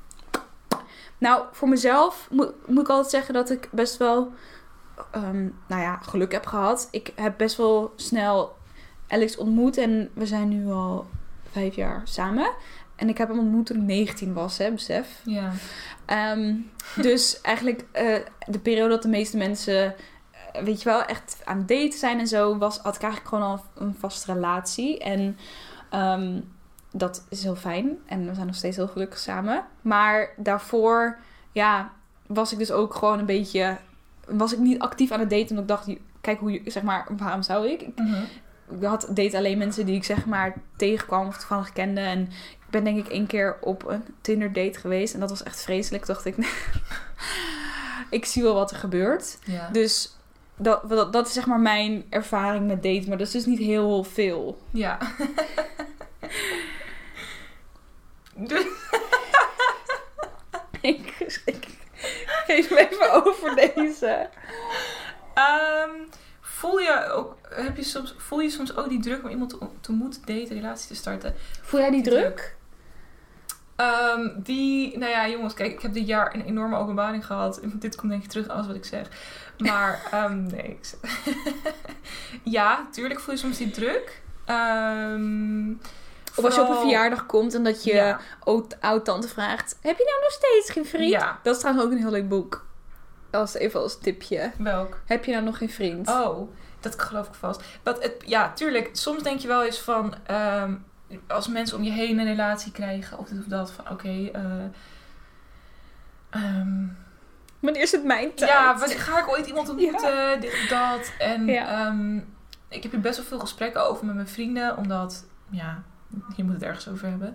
A: Nou, voor mezelf moet, moet ik altijd zeggen dat ik best wel... Um, nou ja, geluk heb gehad. Ik heb best wel snel... Alex ontmoet en we zijn nu al vijf jaar samen. En ik heb hem ontmoet toen ik negentien was, hè, besef.
B: Ja.
A: Um, dus eigenlijk uh, de periode dat de meeste mensen, uh, weet je wel, echt aan het daten zijn en zo, was, had ik eigenlijk gewoon al een vaste relatie. En um, dat is heel fijn. En we zijn nog steeds heel gelukkig samen. Maar daarvoor, ja, was ik dus ook gewoon een beetje, was ik niet actief aan het daten. Omdat ik dacht, kijk hoe je, zeg maar, waarom zou ik?
B: Mm-hmm.
A: Ik had date alleen mensen die ik zeg maar tegenkwam of toevallig kende. En ik ben denk ik één keer op een Tinder date geweest. En dat was echt vreselijk. Dacht ik, nee, ik zie wel wat er gebeurt.
B: Ja.
A: Dus dat, dat, dat is zeg maar mijn ervaring met daten. Maar dat is dus niet heel veel.
B: Ja.
A: ik, ik geef me even over deze.
B: Um, voel je ook... Heb je soms, voel je soms ook die druk om iemand te, te moeten daten, relatie te starten?
A: Voel jij die, die druk?
B: Um, die, nou ja, jongens, kijk, ik heb dit jaar een enorme openbaring gehad. Dit komt denk ik terug alles wat ik zeg. Maar, um, nee. ja, tuurlijk voel je soms die druk. Um,
A: of als je op een verjaardag komt en dat je ja. oud-tante vraagt... Heb je nou nog steeds geen vriend?
B: Ja.
A: Dat is trouwens ook een heel leuk boek. Als even als tipje.
B: Welk?
A: Heb je nou nog geen vriend?
B: Oh, dat geloof ik vast. But het, ja, tuurlijk. Soms denk je wel eens van... Um, als mensen om je heen een relatie krijgen... Of dit of dat. Van oké... Okay, uh, um,
A: wanneer is het mijn tijd?
B: Ja, ga ik ooit iemand ontmoeten? Ja. Dit of dat. En
A: ja.
B: um, ik heb hier best wel veel gesprekken over met mijn vrienden. Omdat... Ja, je moet het ergens over hebben.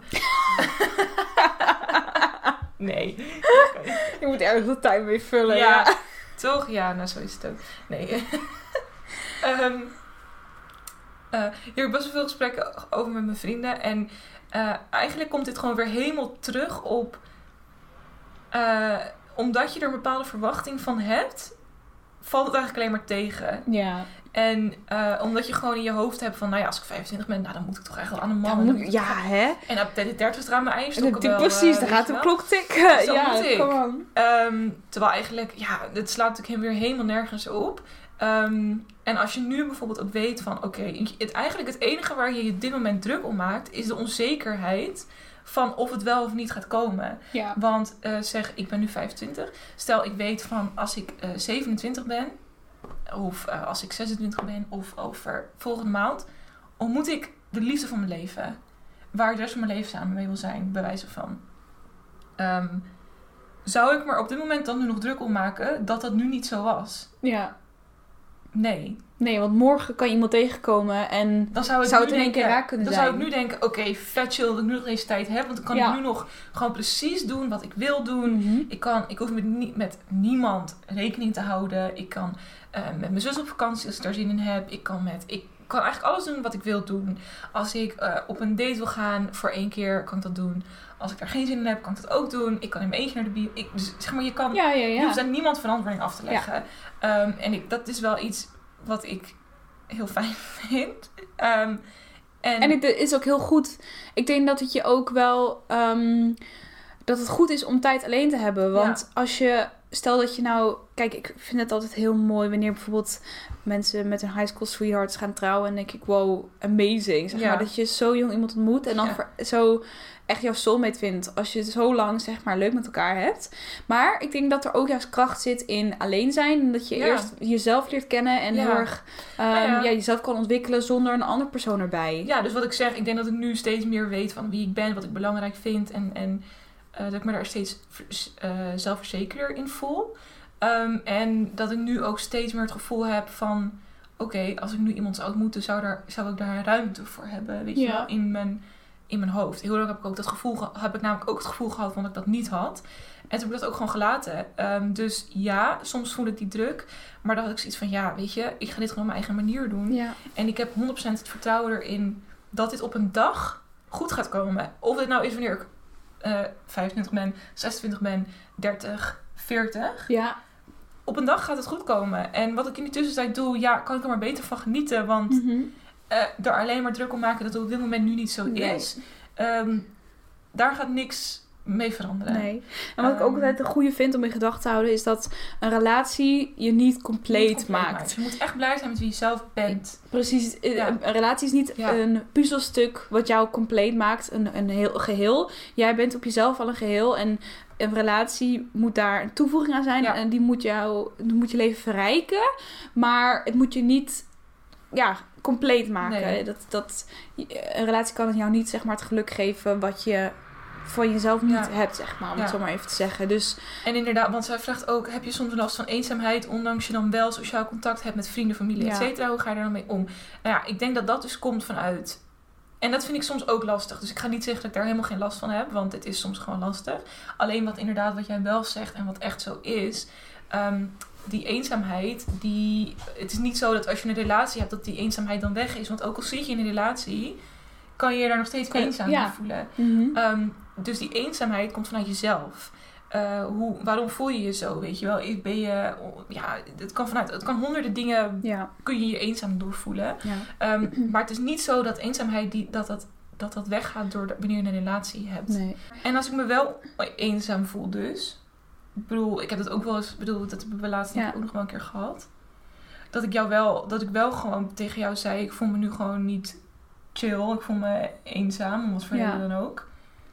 B: Nee. Okay.
A: Je moet ergens de tijd mee vullen.
B: Ja,
A: ja.
B: Toch? Ja, nou zo is het ook. Nee. um, uh, hier heb ik best wel veel gesprekken over met mijn vrienden. En uh, eigenlijk komt dit gewoon weer helemaal terug op... Uh, omdat je er een bepaalde verwachting van hebt... valt het eigenlijk alleen maar tegen.
A: Ja.
B: En uh, omdat je gewoon in je hoofd hebt van... Nou ja, als ik vijfentwintig ben, nou dan moet ik toch eigenlijk aan een man.
A: Ja, moet, ja
B: gaan.
A: hè?
B: En op de dertigste gaan mijn eierstokken wel...
A: Precies, dan gaat de klok tikken.
B: Zo
A: ja,
B: moet ik.
A: Kom
B: um, terwijl eigenlijk... Ja, het slaat natuurlijk weer helemaal nergens op. Um, en als je nu bijvoorbeeld ook weet van... Oké, okay, het, eigenlijk het enige waar je je op dit moment druk om maakt... is de onzekerheid... van of het wel of niet gaat komen.
A: Ja.
B: Want uh, zeg, ik ben nu vijfentwintig. Stel, ik weet van als ik uh, zevenentwintig ben... of uh, als ik zesentwintig ben... of over volgende maand... ontmoet ik de liefde van mijn leven. Waar ik de rest van mijn leven samen mee wil zijn. Bij wijze van. Um, zou ik me op dit moment dan nu nog druk om maken... dat dat nu niet zo was?
A: Ja.
B: Nee.
A: Nee, want morgen kan je iemand tegenkomen en
B: dan zou,
A: zou het in één keer raar kunnen
B: dan
A: zijn.
B: Dan zou ik nu denken, oké, okay, vet chill dat ik nu nog deze tijd heb. Want dan kan ja. ik nu nog gewoon precies doen wat ik wil doen.
A: Mm-hmm.
B: Ik, kan, ik hoef met, nie, met niemand rekening te houden. Ik kan uh, met mijn zus op vakantie als ik daar zin in heb. Ik kan met... Ik, kan eigenlijk alles doen wat ik wil doen. Als ik uh, op een date wil gaan voor één keer, kan ik dat doen. Als ik daar geen zin in heb, kan ik dat ook doen. Ik kan in mijn eentje naar de bio. Ik, dus zeg maar, je kan...
A: Ja, ja, ja.
B: Je hoeft aan niemand verantwoording af te leggen. Ja. Um, en ik, dat is wel iets wat ik heel fijn vind. Um, en
A: en het is ook heel goed. Ik denk dat het je ook wel... Um, dat het goed is om tijd alleen te hebben. Want ja. als je... Stel dat je nou... Kijk, ik vind het altijd heel mooi wanneer bijvoorbeeld mensen met een high school sweethearts gaan trouwen. En denk ik, wow, amazing. Zeg ja. maar dat je zo jong iemand ontmoet en dan ja. ver, zo echt jouw soulmate vindt. Als je het zo lang, zeg maar, leuk met elkaar hebt. Maar ik denk dat er ook juist kracht zit in alleen zijn. En dat je ja. eerst jezelf leert kennen en ja. heel erg um, ja, ja. Ja, jezelf kan ontwikkelen zonder een andere persoon erbij.
B: Ja, dus wat ik zeg, ik denk dat ik nu steeds meer weet van wie ik ben, wat ik belangrijk vind. En, en uh, dat ik me daar steeds uh, zelfverzekerder in voel. Um, en dat ik nu ook steeds meer het gevoel heb van... Oké, okay, als ik nu iemand zou ontmoeten, zou, daar, zou ik daar ruimte voor hebben. Weet je ja. wel, in mijn, in mijn hoofd. Heel lang heb ik ook dat gevoel ge- heb ik namelijk ook het gevoel gehad dat ik dat niet had. En toen heb ik dat ook gewoon gelaten. Um, dus ja, soms voel ik die druk. Maar dan had ik zoiets van, ja, weet je, ik ga dit gewoon op mijn eigen manier doen.
A: Ja.
B: En ik heb honderd procent het vertrouwen erin dat dit op een dag goed gaat komen. Of dit nou is wanneer ik uh, vijfentwintig ben, zesentwintig ben, dertig, veertig.
A: Ja.
B: Op een dag gaat het goed komen. En wat ik in die tussentijd doe, ja, kan ik er maar beter van genieten. Want mm-hmm. uh, er alleen maar druk om maken dat het op dit moment nu niet zo nee. is. Um, daar gaat niks mee veranderen.
A: Nee. En wat um, ik ook altijd een goede vind om in gedachten te houden, is dat een relatie je niet compleet, niet compleet maakt. maakt.
B: Je moet echt blij zijn met wie je zelf bent.
A: Precies. Ja. Een relatie is niet ja. een puzzelstuk wat jou compleet maakt. Een, een heel geheel. Jij bent op jezelf al een geheel. En een relatie moet daar een toevoeging aan zijn. Ja. En die moet, jou, die moet je leven verrijken. Maar het moet je niet ja, compleet maken. Nee. Dat, dat, een relatie kan jou niet zeg maar, het geluk geven wat je van jezelf niet ja. hebt, zeg maar. Om ja. het zo maar even te zeggen. Dus,
B: en inderdaad, want zij vraagt ook... Heb je soms last van eenzaamheid... ondanks je dan wel sociaal contact hebt met vrienden, familie, ja. et cetera? Hoe ga je daar dan mee om? Nou ja, ik denk dat dat dus komt vanuit... En dat vind ik soms ook lastig. Dus ik ga niet zeggen dat ik daar helemaal geen last van heb. Want het is soms gewoon lastig. Alleen wat inderdaad wat jij wel zegt en wat echt zo is. Um, die eenzaamheid. Die, het is niet zo dat als je een relatie hebt dat die eenzaamheid dan weg is. Want ook al zit je in een relatie. Kan je je daar nog steeds eenzaam ja. voelen.
A: Mm-hmm.
B: Um, dus die eenzaamheid komt vanuit jezelf. Uh, hoe, waarom voel je je zo, weet je wel? Ben je, ja, het kan vanuit, het kan honderden dingen,
A: ja.
B: kun je je eenzaam doorvoelen.
A: Ja.
B: Um, maar het is niet zo dat eenzaamheid, die, dat, dat, dat dat weggaat door de, wanneer je een relatie hebt.
A: Nee.
B: En als ik me wel eenzaam voel dus, ik bedoel, ik heb dat ook wel eens, bedoel, dat hebben we laatst ja. ook nog wel een keer gehad. Dat ik jou wel, dat ik wel gewoon tegen jou zei, ik voel me nu gewoon niet chill, ik voel me eenzaam, om wat voor reden ja. dan ook.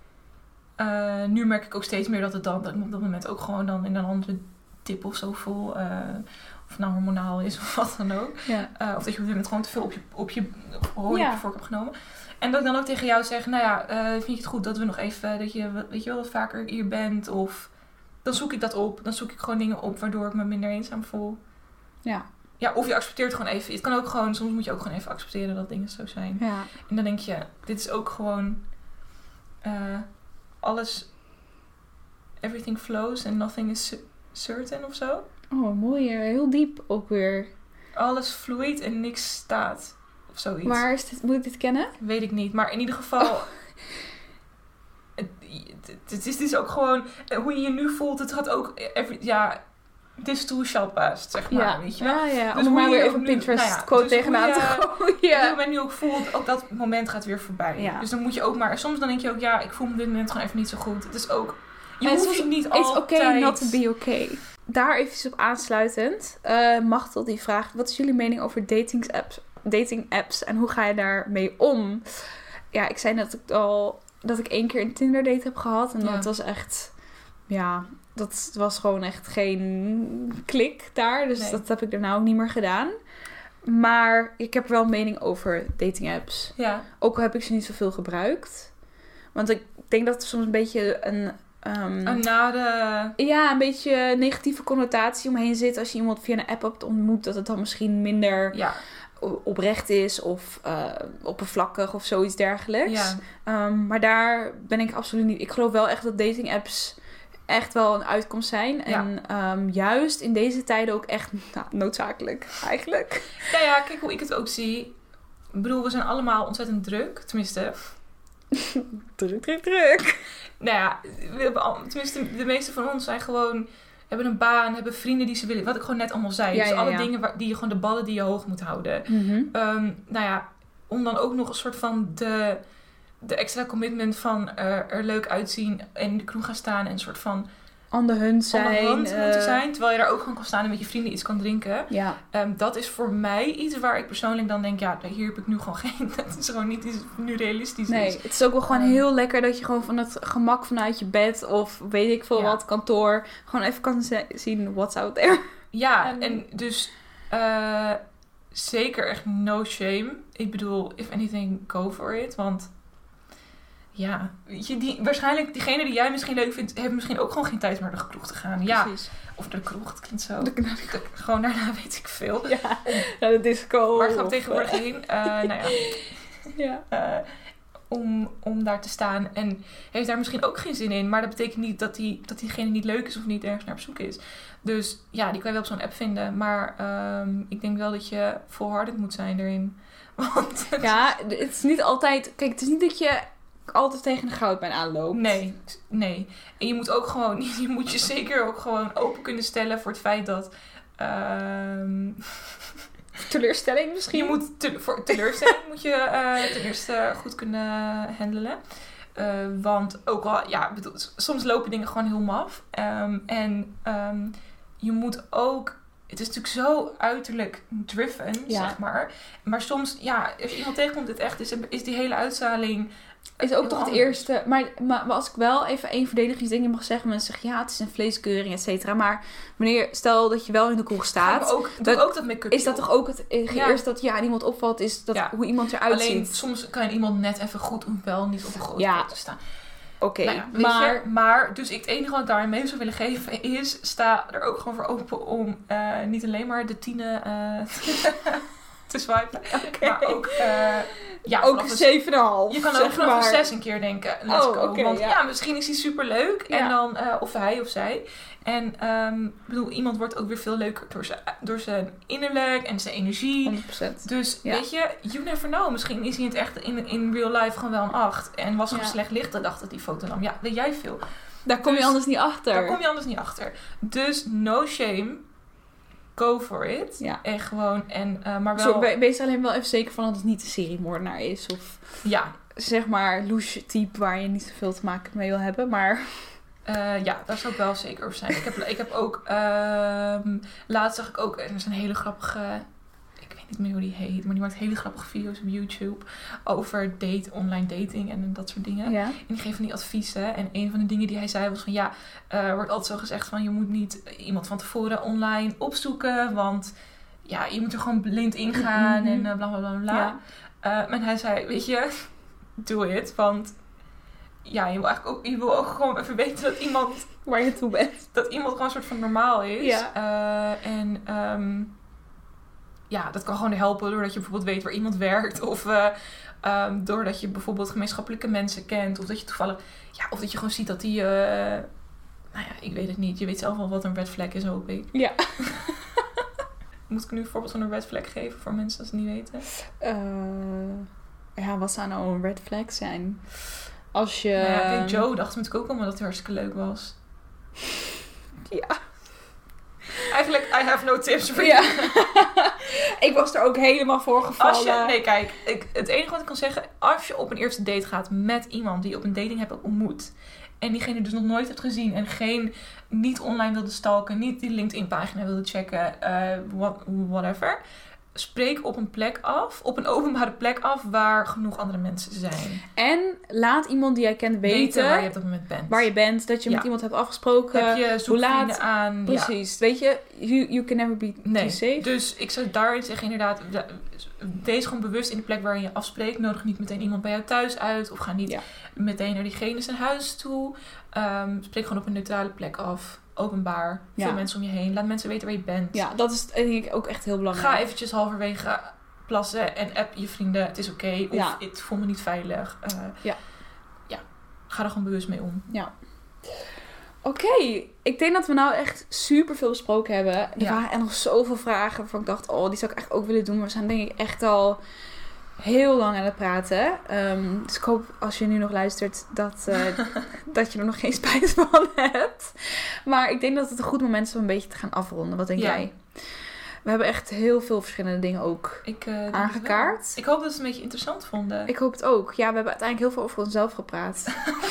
B: Uh, nu merk ik ook steeds meer dat het dan, dat ik me op dat moment ook gewoon dan in een andere dip of zo voel. Uh, of het nou hormonaal is of wat dan ook.
A: Ja.
B: Uh, of dat je op dit moment gewoon te veel op je, op je hooi ja. vork hebt genomen. En dat ik dan ook tegen jou zeg, nou ja, uh, vind je het goed dat we nog even, dat je, weet je wel, wat vaker hier bent? Of dan zoek ik dat op. Dan zoek ik gewoon dingen op waardoor ik me minder eenzaam voel.
A: Ja.
B: Ja, of je accepteert gewoon even. Het kan ook gewoon, soms moet je ook gewoon even accepteren dat dingen zo zijn.
A: Ja.
B: En dan denk je, dit is ook gewoon... Uh, alles, everything flows and nothing is certain of zo.
A: Oh, mooi. Heel diep ook weer.
B: Alles vloeit en niks staat. Of zoiets.
A: Waar is dit, moet ik dit kennen?
B: Weet ik niet. Maar in ieder geval... Oh. Het, het, het is dus ook gewoon... Hoe je je nu voelt, het gaat ook... Every, ja, this too shall pass, zeg maar.
A: Ja,
B: weet je wel?
A: ja, ja.
B: Dus
A: om maar weer even
B: nu,
A: Pinterest
B: nou ja,
A: quote
B: dus
A: tegenaan te gooien.
B: Ja. Hoe je nu ook voelt, ook dat moment gaat weer voorbij.
A: Ja.
B: Dus dan moet je ook maar... Soms dan denk je ook, ja, ik voel me op dit moment gewoon even niet zo goed. Het is ook... Je
A: en
B: hoeft je niet
A: it's
B: altijd...
A: It's okay not to be okay. Daar even op aansluitend. Uh, Machtel die vraagt, wat is jullie mening over dating apps, dating apps en hoe ga je daarmee om? Ja, ik zei net dat ik al dat ik één keer een Tinder date heb gehad. En ja. dat was echt... Ja, dat was gewoon echt geen klik daar. Dus nee. dat heb ik daarna ook niet meer gedaan. Maar ik heb er wel een mening over dating apps.
B: Ja.
A: Ook al heb ik ze niet zoveel gebruikt. Want ik denk dat er soms een beetje een... Um,
B: een nare...
A: Ja, een beetje negatieve connotatie omheen zit. Als je iemand via een app hebt ontmoet, dat het dan misschien minder
B: ja.
A: oprecht is. Of uh, oppervlakkig of zoiets dergelijks.
B: Ja.
A: Um, maar daar ben ik absoluut niet... Ik geloof wel echt dat dating apps echt wel een uitkomst zijn. En ja. um, juist in deze tijden ook echt nou, noodzakelijk, eigenlijk.
B: Ja, ja, kijk hoe ik het ook zie. ik bedoel, we zijn allemaal ontzettend druk. Tenminste...
A: druk, druk, druk.
B: Nou ja, we hebben al, tenminste, de meeste van ons zijn gewoon... hebben een baan, hebben vrienden die ze willen. Wat ik gewoon net allemaal zei.
A: Ja,
B: dus
A: ja,
B: alle
A: ja.
B: dingen waar, die je gewoon de ballen die je hoog moet houden.
A: Mm-hmm.
B: Um, nou ja, om dan ook nog een soort van de, de extra commitment van uh, er leuk uitzien en in de kroeg gaan staan en een soort van
A: aan de hunt zijn.
B: aan de hand
A: uh,
B: moeten zijn. Terwijl je daar ook gewoon kan staan en met je vrienden iets kan drinken.
A: Ja.
B: Um, dat is voor mij iets waar ik persoonlijk dan denk, ja, hier heb ik nu gewoon geen... Dat is gewoon niet iets wat nu realistisch
A: Nee,
B: is.
A: het is ook wel gewoon
B: Um,
A: heel lekker dat je gewoon van het gemak vanuit je bed of weet ik veel
B: Ja.
A: wat, kantoor, gewoon even kan ze- zien what's out there.
B: Ja,
A: En-
B: en dus uh, zeker echt no shame. Ik bedoel, if anything, go for it. Want ja, weet je, die, waarschijnlijk diegene die jij misschien leuk vindt, heeft misschien ook gewoon geen tijd meer naar de kroeg te gaan. Ja,
A: Precies.
B: of naar de kroeg, het klinkt zo.
A: De-
B: De- gewoon daarna weet ik veel.
A: Ja, naar de disco.
B: Waar gaan we
A: of,
B: tegenwoordig heen? Uh, nou ja,
A: Ja.
B: uh, om, om daar te staan. En heeft daar misschien ook geen zin in. Maar dat betekent niet dat, die, dat diegene niet leuk is of niet ergens naar op zoek is. Dus ja, die kan je wel op zo'n app vinden. Maar um, ik denk wel dat je volhardend moet zijn erin. Want
A: Ja, het is niet altijd... Kijk, het is niet dat je altijd tegen de goudmijn aanloopt.
B: nee, nee. En je moet ook gewoon, je moet je zeker ook gewoon open kunnen stellen voor het feit dat... Um,
A: Teleurstelling misschien?
B: Je moet te, voor teleurstelling moet je uh, ten eerste goed kunnen handelen. Uh, want ook al, ja, bedoel, soms lopen dingen gewoon heel maf. Um, en um, je moet ook, het is natuurlijk zo uiterlijk driven,
A: Ja.
B: zeg maar. Maar soms, ja, als je iemand tegenkomt dit echt is, is die hele uitstraling...
A: Is ook
B: heel
A: toch het
B: anders.
A: eerste... Maar, maar, maar als ik wel even één verdedigingsding mag zeggen... Mensen zeggen, ja, het is een vleeskeuring, et cetera. Maar wanneer, stel dat je wel in de kroeg staat...
B: Ga ik ook, doe
A: dat-
B: ook dat make-up.
A: Is dat toch ook het eh,
B: Ja.
A: eerste dat ja, aan iemand opvalt... Is dat
B: Ja.
A: hoe iemand eruit
B: Alleen
A: ziet?
B: soms kan iemand net even goed om wel niet op een grote
A: Ja.
B: foto staan.
A: Oké,
B: Nou ja, weet
A: maar...
B: je, maar dus ik, het enige wat ik daarin mee zou willen geven is... sta er ook gewoon voor open om uh, niet alleen maar de tienen uh, te swipen.
A: Oké.
B: Maar ook... Uh, ja,
A: ook
B: vanaf
A: een
B: een
A: zeven komma vijf.
B: Je kan
A: zeg
B: ook vanaf
A: maar.
B: een zes een keer denken, let's
A: Oh,
B: go.
A: oké,
B: Want
A: ja.
B: ja. misschien is hij superleuk.
A: Ja.
B: En dan, uh, of hij of zij. En um, ik bedoel, iemand wordt ook weer veel leuker door zijn, door zijn innerlijk en zijn energie.
A: honderd procent.
B: Dus
A: Ja.
B: weet je, you never know. Misschien is hij in het echt in, in real life gewoon wel een acht. En was er
A: Ja.
B: slecht licht de dag dat die foto nam. Ja, weet jij veel.
A: Daar kom je
B: Dus
A: anders niet achter.
B: Daar kom je anders niet achter. Dus no shame. Go for it.
A: Ja.
B: En gewoon, en, uh, maar wel...
A: Zo, we- wees er alleen wel even zeker van dat het niet een seriemoordenaar is. Of
B: Ja,
A: zeg maar louche type waar je niet zoveel te maken mee wil hebben. Maar
B: uh, ja, daar zou ik wel zeker over zijn. Ik heb, ik heb ook... Um, laatst zag ik ook... Er is een hele grappige... Ik weet niet meer hoe die heet. Maar die maakt hele grappige video's op YouTube. Over date, online dating en dat soort dingen.
A: ja.
B: En die geeft van die adviezen. En een van de dingen die hij zei was van... Ja, uh, er wordt altijd zo gezegd van... Je moet niet iemand van tevoren online opzoeken. Want ja, je moet er gewoon blind in gaan.
A: Mhm.
B: En uh, bla bla bla bla.
A: Ja.
B: Uh, en hij zei, weet je... Doe het. Want ja, je wil eigenlijk ook... Je wil ook gewoon even weten dat iemand...
A: Waar je toe bent.
B: Dat iemand gewoon een soort van normaal is.
A: Ja.
B: Uh, en... Um, ja, dat kan gewoon helpen doordat je bijvoorbeeld weet waar iemand werkt. Of uh, um, doordat je bijvoorbeeld gemeenschappelijke mensen kent. Of dat je toevallig... Ja, of dat je gewoon ziet dat die... Uh, nou ja, ik weet het niet. Je weet zelf wel wat een red flag is, hoop ik.
A: Ja.
B: Moet ik nu een voorbeeld van een red flag geven voor mensen als ze het niet weten?
A: Uh, ja, wat zou nou een red flag zijn? Als je...
B: Nou ja, kijk, Joe dacht natuurlijk ook allemaal dat hij hartstikke leuk was.
A: Ja.
B: Eigenlijk, I have no tips voor
A: Ja.
B: you.
A: Ik was er ook helemaal voor gevallen.
B: Als je, nee, kijk, ik, het enige wat ik kan zeggen, als je op een eerste date gaat met iemand die je op een dating hebt ontmoet, en diegene dus nog nooit hebt gezien en geen, niet online wilde stalken, niet die LinkedIn-pagina wilde checken, uh, what, whatever, spreek op een plek af, op een openbare plek af waar genoeg andere mensen zijn.
A: En laat iemand die jij kent weten,
B: Weten waar je op dat moment bent.
A: waar je bent, dat je
B: Ja.
A: met iemand hebt afgesproken.
B: Heb je
A: hoe
B: zoekvrienden
A: laat?
B: aan.
A: Precies. Weet je, you, you can never be
B: Nee,
A: too safe.
B: dus ik zou daarin zeggen inderdaad, wees gewoon bewust in de plek waar je je afspreekt. Nodig niet meteen iemand bij jou thuis uit. Of ga niet
A: Ja.
B: meteen naar diegene zijn huis toe. Um, spreek gewoon op een neutrale plek af. Openbaar.
A: Ja.
B: Veel mensen om je heen. Laat mensen weten waar je bent.
A: Ja, dat is denk ik ook echt heel belangrijk.
B: Ga eventjes halverwege plassen en app je vrienden. Het is oké. Okay, of
A: Ja.
B: het voelt me niet veilig. Uh,
A: Ja.
B: Ja. Ga er gewoon bewust mee om.
A: Ja. Oké, okay. Ik denk dat we nou echt super veel besproken hebben. Er
B: Ja.
A: waren er nog zoveel vragen waarvan ik dacht, oh, die zou ik eigenlijk ook willen doen. Maar we zijn denk ik echt al heel lang aan het praten. Um, dus ik hoop als je nu nog luistert dat, uh, dat je er nog geen spijt van hebt. Maar ik denk dat het een goed moment is om een beetje te gaan afronden. Wat denk
B: Ja.
A: jij? We hebben echt heel veel verschillende dingen ook
B: Ik, uh, denk
A: aangekaart.
B: het wel. Ik hoop dat ze het een beetje interessant vonden.
A: Ik hoop het ook. Ja, we hebben uiteindelijk heel veel over onszelf gepraat.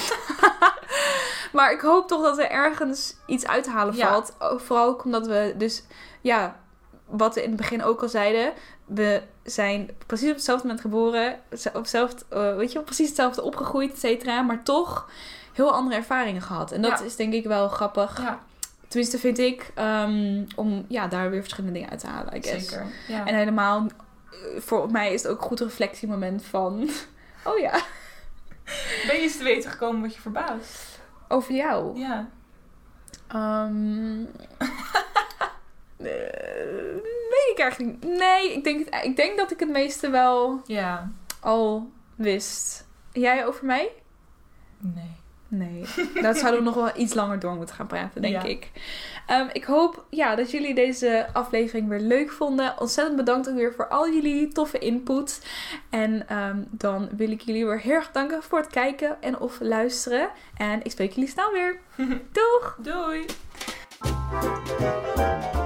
A: Maar ik hoop toch dat er ergens iets uit te halen
B: Ja.
A: valt. Vooral ook omdat we dus, ja, wat we in het begin ook al zeiden. We zijn precies op hetzelfde moment geboren. Op hetzelfde, uh, weet je, precies hetzelfde opgegroeid, et cetera. Maar toch heel andere ervaringen gehad. En dat
B: Ja.
A: is denk ik wel grappig.
B: Ja,
A: Tenminste vind ik, um, om ja, daar weer verschillende dingen uit te halen, I guess.
B: zeker. Ja.
A: En helemaal, uh, voor mij is het ook een goed reflectiemoment van, oh ja,
B: Ben je eens te weten gekomen wat je verbaast?
A: over jou.
B: Ja.
A: Um, uh, weet ik eigenlijk niet. Nee, ik denk, het- ik denk dat ik het meeste wel
B: Ja.
A: al wist. Jij over mij?
B: Nee.
A: Nee. Daar zouden we nog wel iets langer door moeten gaan praten, denk
B: Ja.
A: ik. Um, ik hoop ja, dat jullie deze aflevering weer leuk vonden. Ontzettend bedankt ook weer voor al jullie toffe input. En um, dan wil ik jullie weer heel erg danken voor het kijken en of luisteren. En ik spreek jullie snel weer. Doeg!
B: Doei!